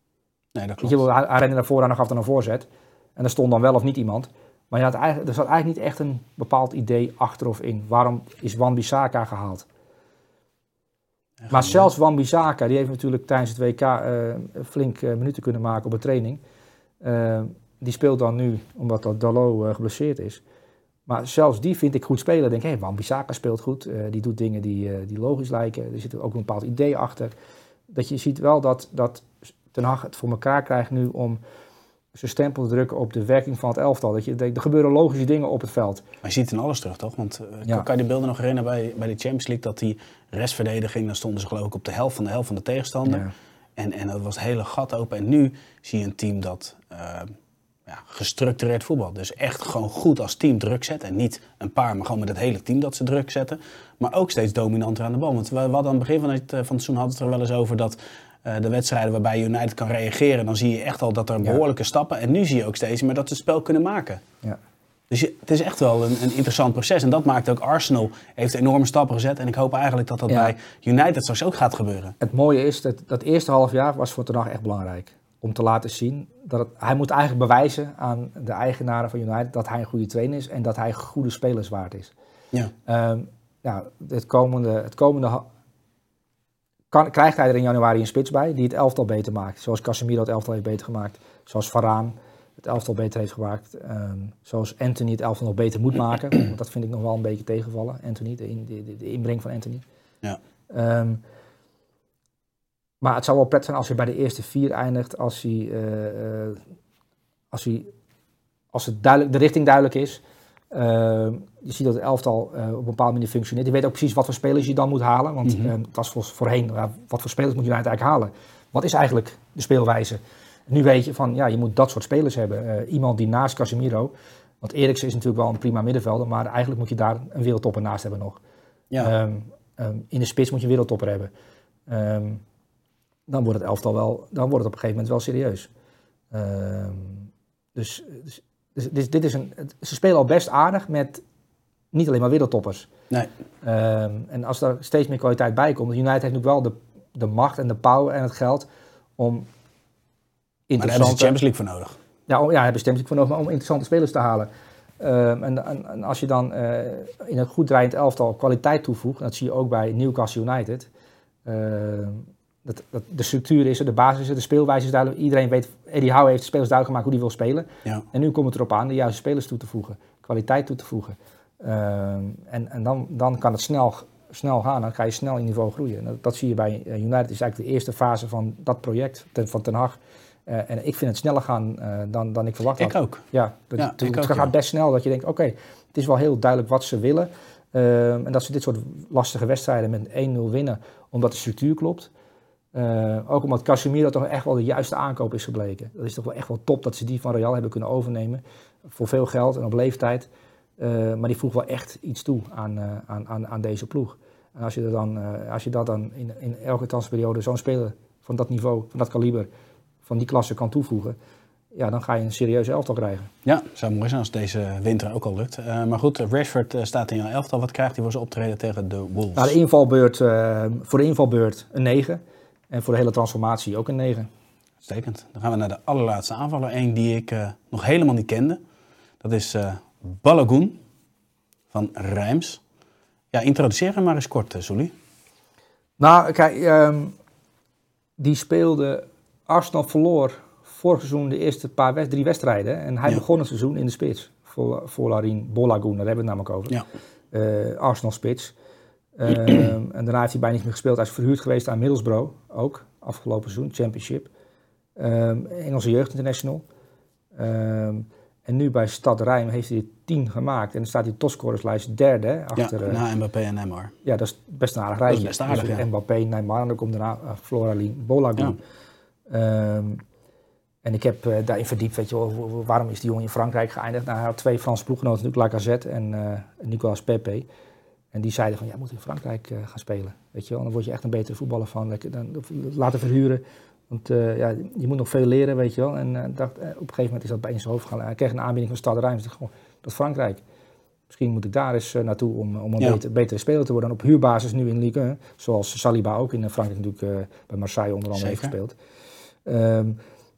Nee, dat Weet klopt. je, hij rende daarvoor en dan gaf dan een voorzet. En er stond dan wel of niet iemand. Maar er zat eigenlijk niet echt een bepaald idee achter of in. Waarom is Wan-Bissaka gehaald? Maar zelfs Wan-Bissaka, die heeft natuurlijk tijdens het WK flink minuten kunnen maken op een training. Die speelt dan nu, omdat dat Dalot geblesseerd is. Maar zelfs die vind ik goed spelen. Ik denk, Wan-Bissaka speelt goed. Die doet dingen die logisch lijken. Er zit ook een bepaald idee achter. Dat je ziet wel dat Ten Hag het voor elkaar krijgt nu om zijn stempel te drukken op de werking van het elftal. Er gebeuren logische dingen op het veld. Maar je ziet het in alles terug, toch? Want Ja. kan je die beelden nog herinneren bij de Champions League, dat die restverdediging, dan stonden ze geloof ik op de helft van de tegenstander. Ja. En dat was het hele gat open. En nu zie je een team dat gestructureerd voetbal. Dus echt gewoon goed als team druk zet. En niet een paar, maar gewoon met het hele team dat ze druk zetten. Maar ook steeds dominanter aan de bal. Want we hadden aan het begin van het seizoen hadden het er wel eens over dat de wedstrijden waarbij United kan reageren, dan zie je echt al dat er behoorlijke stappen. En nu zie je ook steeds meer dat ze het spel kunnen maken. Ja. Dus het is echt wel een interessant proces. En dat maakt ook Arsenal, heeft enorme stappen gezet. En ik hoop eigenlijk dat bij United straks ook gaat gebeuren. Het mooie is dat eerste half jaar was voor Ten Hag echt belangrijk. Om te laten zien dat hij moet eigenlijk bewijzen aan de eigenaren van United dat hij een goede trainer is en dat hij goede spelers waard is. Ja. Het komende krijgt hij er in januari een spits bij die het elftal beter maakt. Zoals Casemiro het elftal heeft beter gemaakt. Zoals Varane het elftal beter heeft gemaakt. Zoals Anthony het elftal nog beter moet maken. Want dat vind ik nog wel een beetje tegenvallen. Anthony, de inbreng van Anthony. Ja. Maar het zou wel prettig zijn als hij bij de eerste 4 eindigt. Als de richting duidelijk is. Je ziet dat het elftal op een bepaalde manier functioneert. Je weet ook precies wat voor spelers je dan moet halen. Want dat was voorheen, wat voor spelers moet je eigenlijk halen? Wat is eigenlijk de speelwijze? Nu weet je van, je moet dat soort spelers hebben. Iemand die naast Casemiro, want Eriksen is natuurlijk wel een prima middenvelder, maar eigenlijk moet je daar een wereldtopper naast hebben nog. Ja. In de spits moet je een wereldtopper hebben. Dan wordt het elftal dan wordt het op een gegeven moment wel serieus. Dus dit is ze spelen al best aardig met niet alleen maar wereldtoppers. Nee. En als er steeds meer kwaliteit bij komt, United heeft nu wel de macht en de power en het geld om Maar daar hebben ze de Champions League voor nodig. Hebben ze voor nodig om interessante spelers te halen. En als je dan in een goed draaiend elftal kwaliteit toevoegt, en dat zie je ook bij Newcastle United. De structuur is er, de basis is er, de speelwijze is duidelijk. Iedereen weet, Eddie Howe heeft de spelers duidelijk gemaakt hoe die wil spelen. Ja. En nu komt het erop aan de juiste spelers toe te voegen, kwaliteit toe te voegen. En dan kan het snel gaan, dan ga je snel in niveau groeien. Dat zie je bij United, is eigenlijk de eerste fase van dat project van Ten Hag. En ik vind het sneller gaan dan ik verwacht had. Ik ook. Het gaat best snel dat je denkt, oké, het is wel heel duidelijk wat ze willen. En dat ze dit soort lastige wedstrijden met 1-0 winnen, omdat de structuur klopt. Ook omdat Casemiro toch echt wel de juiste aankoop is gebleken. Dat is toch wel echt wel top dat ze die van Real hebben kunnen overnemen. Voor veel geld en op leeftijd. Maar die voegt wel echt iets toe aan deze ploeg. En als je dat dan in elke transferperiode zo'n speler van dat niveau, van dat kaliber, van die klasse kan toevoegen, dan ga je een serieuze elftal krijgen. Ja, zou mooi zijn als deze winter ook al lukt. Maar goed, Rashford staat in jouw elftal. Wat krijgt hij voor zijn optreden tegen de Wolves? Nou, voor de invalbeurt een 9. En voor de hele transformatie ook een 9. Uitstekend. Dan gaan we naar de allerlaatste aanvaller. Eén die ik nog helemaal niet kende. Dat is Balogun van Reims. Ja, introduceer hem maar eens kort, Soelie. Nou, kijk, die speelde... Arsenal verloor vorig seizoen de eerste 3 wedstrijden. En hij begon het seizoen in de spits. Voor Larin Balogun, daar hebben we het namelijk over. Ja. Arsenal spits. En daarna heeft hij bijna niet meer gespeeld. Hij is verhuurd geweest aan Middlesbrough, ook. Afgelopen seizoen, Championship. Engelse Jeugd International. En nu bij Stad Rijm heeft hij 10 gemaakt. En dan staat hij op topscorerslijst 3e. Achter, na Mbappé en Neymar. Ja, dat is best een aardig rijtje. Dat is best aardig, dus Mbappé, Neymar en dan komt daarna Floraline Balogun. Ja. En ik heb daarin verdiept, weet je wel, waarom is die jongen in Frankrijk geëindigd? Nou, hij had 2 Franse ploeggenoten, natuurlijk Lacazette en Nicolas Pepe. En die zeiden van, je moet in Frankrijk gaan spelen, weet je wel. Dan word je echt een betere voetballer van. Dan laten verhuren, want je moet nog veel leren, weet je wel. En op een gegeven moment is dat bij in zijn hoofd gegaan. Hij kreeg een aanbieding van Stade Reims. Ik dacht, dat is Frankrijk. Misschien moet ik daar eens naartoe om een betere speler te worden. En op huurbasis nu in Ligue 1, zoals Saliba ook in Frankrijk natuurlijk bij Marseille onder andere heeft gespeeld.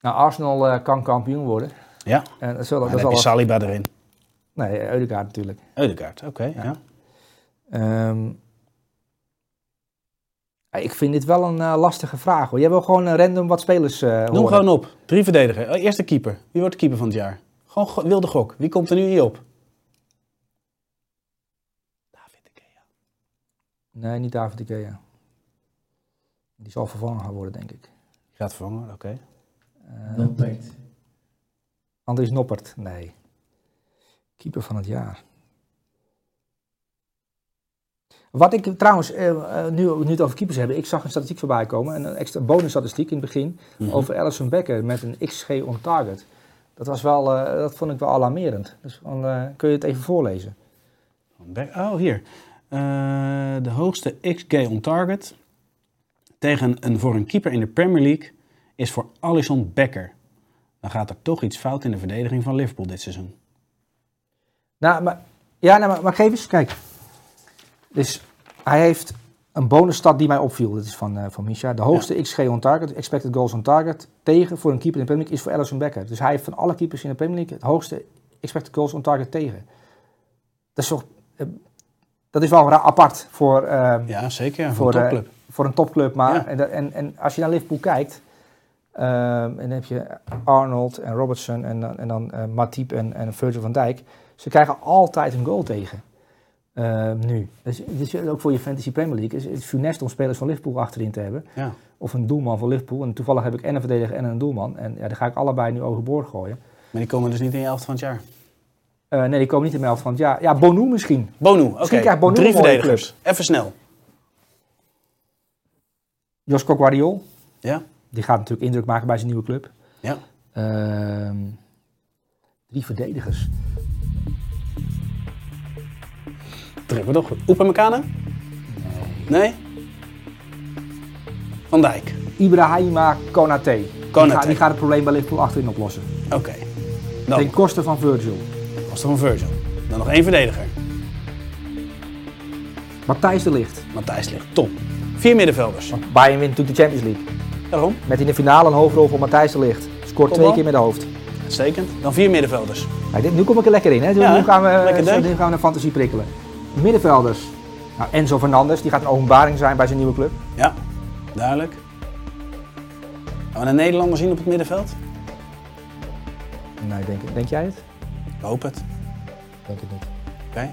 Nou, Arsenal kan kampioen worden. Ja, En dat dan heb je Saliba erin. Nee, Ødegaard natuurlijk. Ødegaard, oké. Ja. Ik vind dit wel een lastige vraag, hoor. Jij wil gewoon random wat spelers Doe hem horen. gewoon op. 3 verdedigers. Eerste keeper. Wie wordt de keeper van het jaar? Gewoon wilde gok. Wie komt er nu hier op? David de Gea. Nee, niet David de Gea. Die zal vervangen gaan worden, denk ik. Die gaat vervangen, oké. Noppert. Andries Noppert, nee. Keeper van het jaar. Wat ik trouwens, nu het over keepers hebben, ik zag een statistiek voorbij komen, een extra bonusstatistiek in het begin, over Alisson Becker met een XG on target. Dat was wel, dat vond ik wel alarmerend. Dus kun je het even voorlezen? Oh, hier. De hoogste XG on target voor een keeper in de Premier League is voor Alisson Becker. Dan gaat er toch iets fout in de verdediging van Liverpool dit seizoen. Nou, maar geef eens, kijk. Dus hij heeft een bonusstat die mij opviel. Dat is van Misha. De hoogste XG on target, expected goals on target, tegen voor een keeper in de Premier League is voor Alisson Becker. Dus hij heeft van alle keepers in de Premier League het hoogste expected goals on target tegen. Dat is toch... Dat is wel apart voor... ja, zeker. Voor een topclub. Voor een topclub, maar... Ja. En als je naar Liverpool kijkt... en dan heb je Arnold en Robertson en dan Matip en Virgil van Dijk. Ze krijgen altijd een goal tegen. Nu. Dus ook voor je Fantasy Premier League is het funest om spelers van Liverpool achterin te hebben. Ja. Of een doelman van Liverpool. En toevallig heb ik en een verdediger en een doelman. En ja, die ga ik allebei nu overboord gooien. Maar die komen dus niet in je elftal van het jaar? Nee, die komen niet in mijn elftal van het jaar. Ja, Bonu misschien. Bonu, oké. Misschien krijgt Bonu 3 een mooie verdedigers. club. Even snel. Josko Guardiol. Ja. Die gaat natuurlijk indruk maken bij zijn nieuwe club. Ja. 3 verdedigers. 3 we nog. Upamecano? Nee. Van Dijk? Ibrahima Konaté. Konaté. Die gaat het probleem bij Liverpool achterin oplossen. Oké. Dan. Ten koste van Virgil. Kosten van Virgil. Dan nog 1 verdediger. Matthijs de Ligt. Matthijs ligt. Top. 4 middenvelders. Want Bayern wint natuurlijk de Champions League. Daarom. Met in de finale een hoofdrol voor Matthijs de Ligt. Scoort 2 Kopbal. keer met de hoofd. Uitstekend. Dan 4 middenvelders. Kijk, nu kom ik er lekker in. Hè? Ja, nu gaan lekker deuk. we naar fantasie prikkelen. Middenvelders. Nou, Enzo Fernandez, die gaat een openbaring zijn bij zijn nieuwe club. Ja, duidelijk. Gaan we een Nederlander zien op het middenveld? Nee, denk jij het? Ik hoop het. Denk het niet. Oké.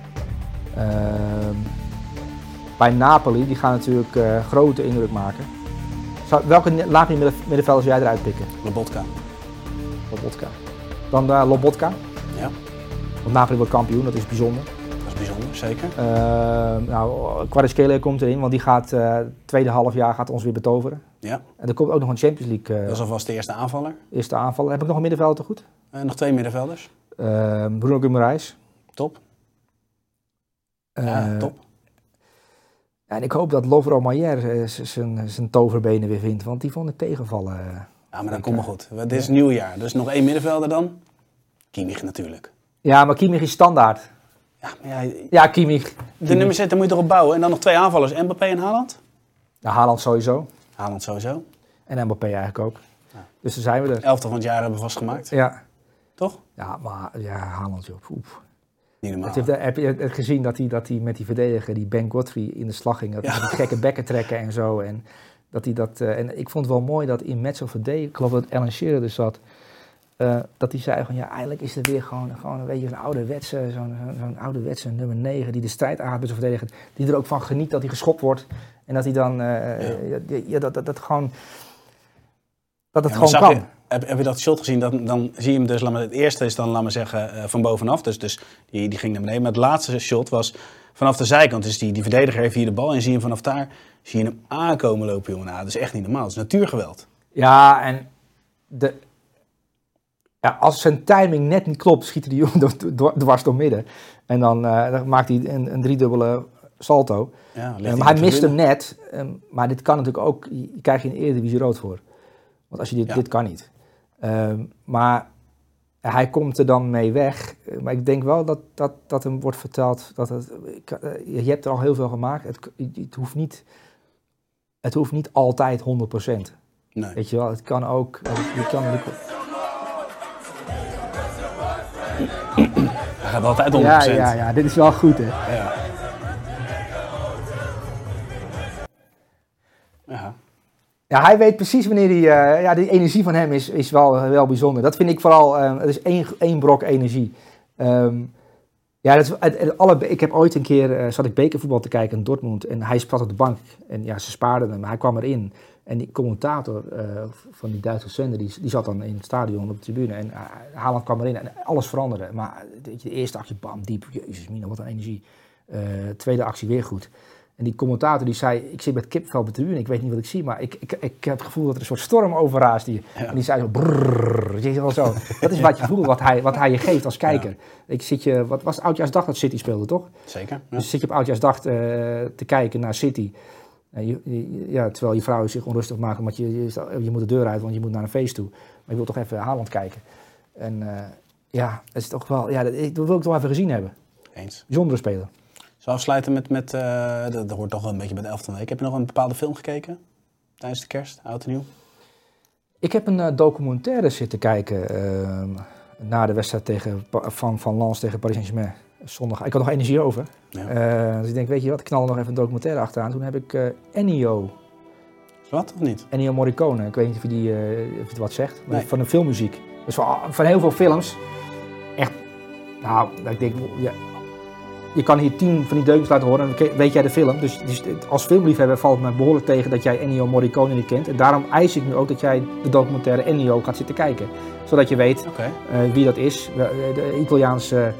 Bij Napoli, die gaan natuurlijk grote indruk maken. Welke middenvelders zou jij eruit pikken? Lobotka. Lobotka. Dan Lobotka. Ja, Want Napoli wordt kampioen, dat is bijzonder. dat is bijzonder, zeker. Kvaratskhelia komt erin, want die gaat tweede halfjaar gaat ons weer betoveren. Ja, En er komt ook nog een Champions League dat is alvast de eerste aanvaller. eerste aanval. Heb ik nog een middenvelder goed? Nog 2 middenvelders. Bruno Guimaraes. Top. Ja, top. En ik hoop dat Lovro Mayer zijn toverbenen weer vindt, want die vond ik tegenvallen. Ja, maar dat komt maar goed. Dit is nieuw jaar. Dus nog 1 middenvelder dan. Kimmich natuurlijk. Ja, maar Kimmich is standaard. Ja, maar ja, Ja, Kimmich. de nummer 6 moet je erop bouwen. En dan nog 2 aanvallers. Mbappé en Haaland? Nou, Haaland sowieso. Haaland sowieso. En Mbappé eigenlijk ook. Ja. Dus daar zijn we er. Elftal van het jaar hebben we vastgemaakt. Ja. Toch? Ja, maar ja, Haaland, joh. Oef. Niet normaal. Heb je het gezien dat hij met die verdediger, die Ben Godfrey, in de slag ging? Dat hij die gekke bekken trekken en zo. En dat hij dat... en ik vond het wel mooi dat in Match of the Day, ik geloof dat Alan Shearer dus zat, dat hij zei van ja, eigenlijk is er weer gewoon een beetje zo'n ouderwetse nummer 9 die de strijd aangaat met zijn verdediger. Die er ook van geniet dat hij geschopt wordt. En dat hij dan... dat gewoon... Dat het gewoon kan. Heb je dat shot gezien? Dan zie je hem dus, het eerste is dan, laat maar zeggen, van bovenaf. Dus die ging naar beneden. Maar het laatste shot was vanaf de zijkant. Dus die verdediger heeft hier de bal en zie je hem vanaf daar, zie je hem aankomen lopen, jongen. Nou, dat is echt niet normaal. Dat is natuurgeweld. Ja, en als zijn timing net niet klopt, schiet hij die jongen dwars door midden. En dan maakt hij een driedubbele salto. Ja, maar hij mist hem net. Maar dit kan natuurlijk ook, je krijgt je in de Eredivisie rood voor. Want als je dit kan niet. Maar hij komt er dan mee weg. Maar ik denk wel dat hem wordt verteld dat je hebt er al heel veel gemaakt. Het hoeft niet altijd 100%. Nee. Weet je wel, het kan ook... Je kan, Hij gaat altijd 100%. ja, dit is wel goed, hè. Ja. Ja. Ja, hij weet precies wanneer hij... die energie van hem is wel bijzonder. Dat vind ik vooral... het is één brok energie. Ja, dat is, ik heb ooit een keer... zat ik bekervoetbal te kijken in Dortmund. En hij sprak op de bank. En ja, ze spaarden hem. Hij kwam erin. En die commentator van die Duitse zender... Die zat dan in het stadion op de tribune. En Haaland kwam erin. En alles veranderde. Maar de eerste actie, bam, diep. Jezus mina, wat een energie. Tweede actie weer goed. En die commentator die zei, ik zit met kipvel op de tribune, ik weet niet wat ik zie, maar ik heb het gevoel dat er een soort storm overraast hier. Ja. En die zei zo, brrrr, je ziet wel zo. Dat is wat je voelt, wat hij je geeft als kijker. Ja. Wat was het Oudjaarsdag dat City speelde, toch? Zeker. Ja. Dus zit je op Oudjaarsdag te kijken naar City, terwijl je vrouw zich onrustig maakt, omdat je moet de deur uit, want je moet naar een feest toe. Maar je wil toch even Haaland kijken. En dat is toch wel, dat wil ik toch even gezien hebben. Eens. Bijzondere speler. Zullen we afsluiten met dat hoort toch wel een beetje bij de 11 van de week. Heb je nog een bepaalde film gekeken tijdens de kerst, oud en nieuw? Ik heb een documentaire zitten kijken na de wedstrijd van Lens tegen Paris Saint-Germain. Zondag. Ik had nog energie over. Ja. Dus ik denk, weet je wat, ik knal er nog even een documentaire achteraan. Toen heb ik Ennio. Wat of niet? Ennio Morricone. Ik weet niet of het wat zegt. Maar Nee. van de filmmuziek. Dus van heel veel films. Echt, nou, ik denk... Ja, je kan hier 10 van die deuntjes laten horen en weet jij de film. Dus als filmliefhebber valt het me behoorlijk tegen dat jij Ennio Morricone niet kent. En daarom eis ik nu ook dat jij de documentaire Ennio gaat zitten kijken. Zodat je weet wie dat is. De Italiaanse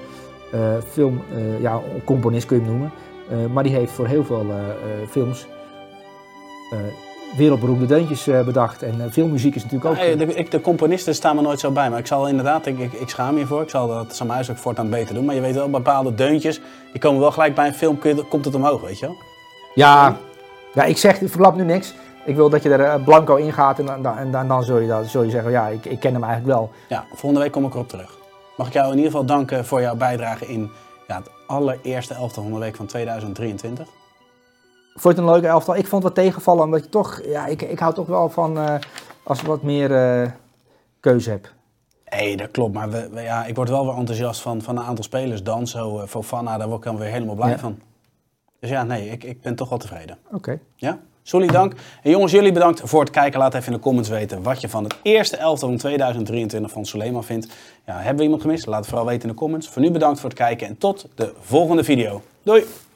filmcomponist kun je hem noemen. Maar die heeft voor heel veel films wereldberoemde deuntjes bedacht. En filmmuziek is natuurlijk ook... De componisten staan me nooit zo bij, maar ik zal inderdaad, ik schaam je voor, ik zal dat samen huis ook voortaan beter doen. Maar je weet wel, bepaalde deuntjes, die komen wel gelijk bij een film, komt het omhoog, weet je wel? Ja, ik verklap nu niks. Ik wil dat je er blanco in gaat en dan zul je zeggen, ja, ik ken hem eigenlijk wel. Ja, volgende week kom ik erop terug. Mag ik jou in ieder geval danken voor jouw bijdrage in het allereerste elftal van de week van 2023. Vond je het een leuke elftal? Ik vond het wat tegenvallen, omdat je toch... Ja, ik hou toch wel van als je wat meer keuze hebt. Nee, dat klopt. Maar ik word wel weer enthousiast van een aantal spelers. Danso, Fofana, daar word ik dan weer helemaal blij van. Dus ja, nee, ik ben toch wel tevreden. Oké. Ja? Sully, dank. En jongens, jullie bedankt voor het kijken. Laat even in de comments weten wat je van het eerste elftal van 2023 van Suleyman vindt. Ja, hebben we iemand gemist? Laat het vooral weten in de comments. Voor nu bedankt voor het kijken en tot de volgende video. Doei!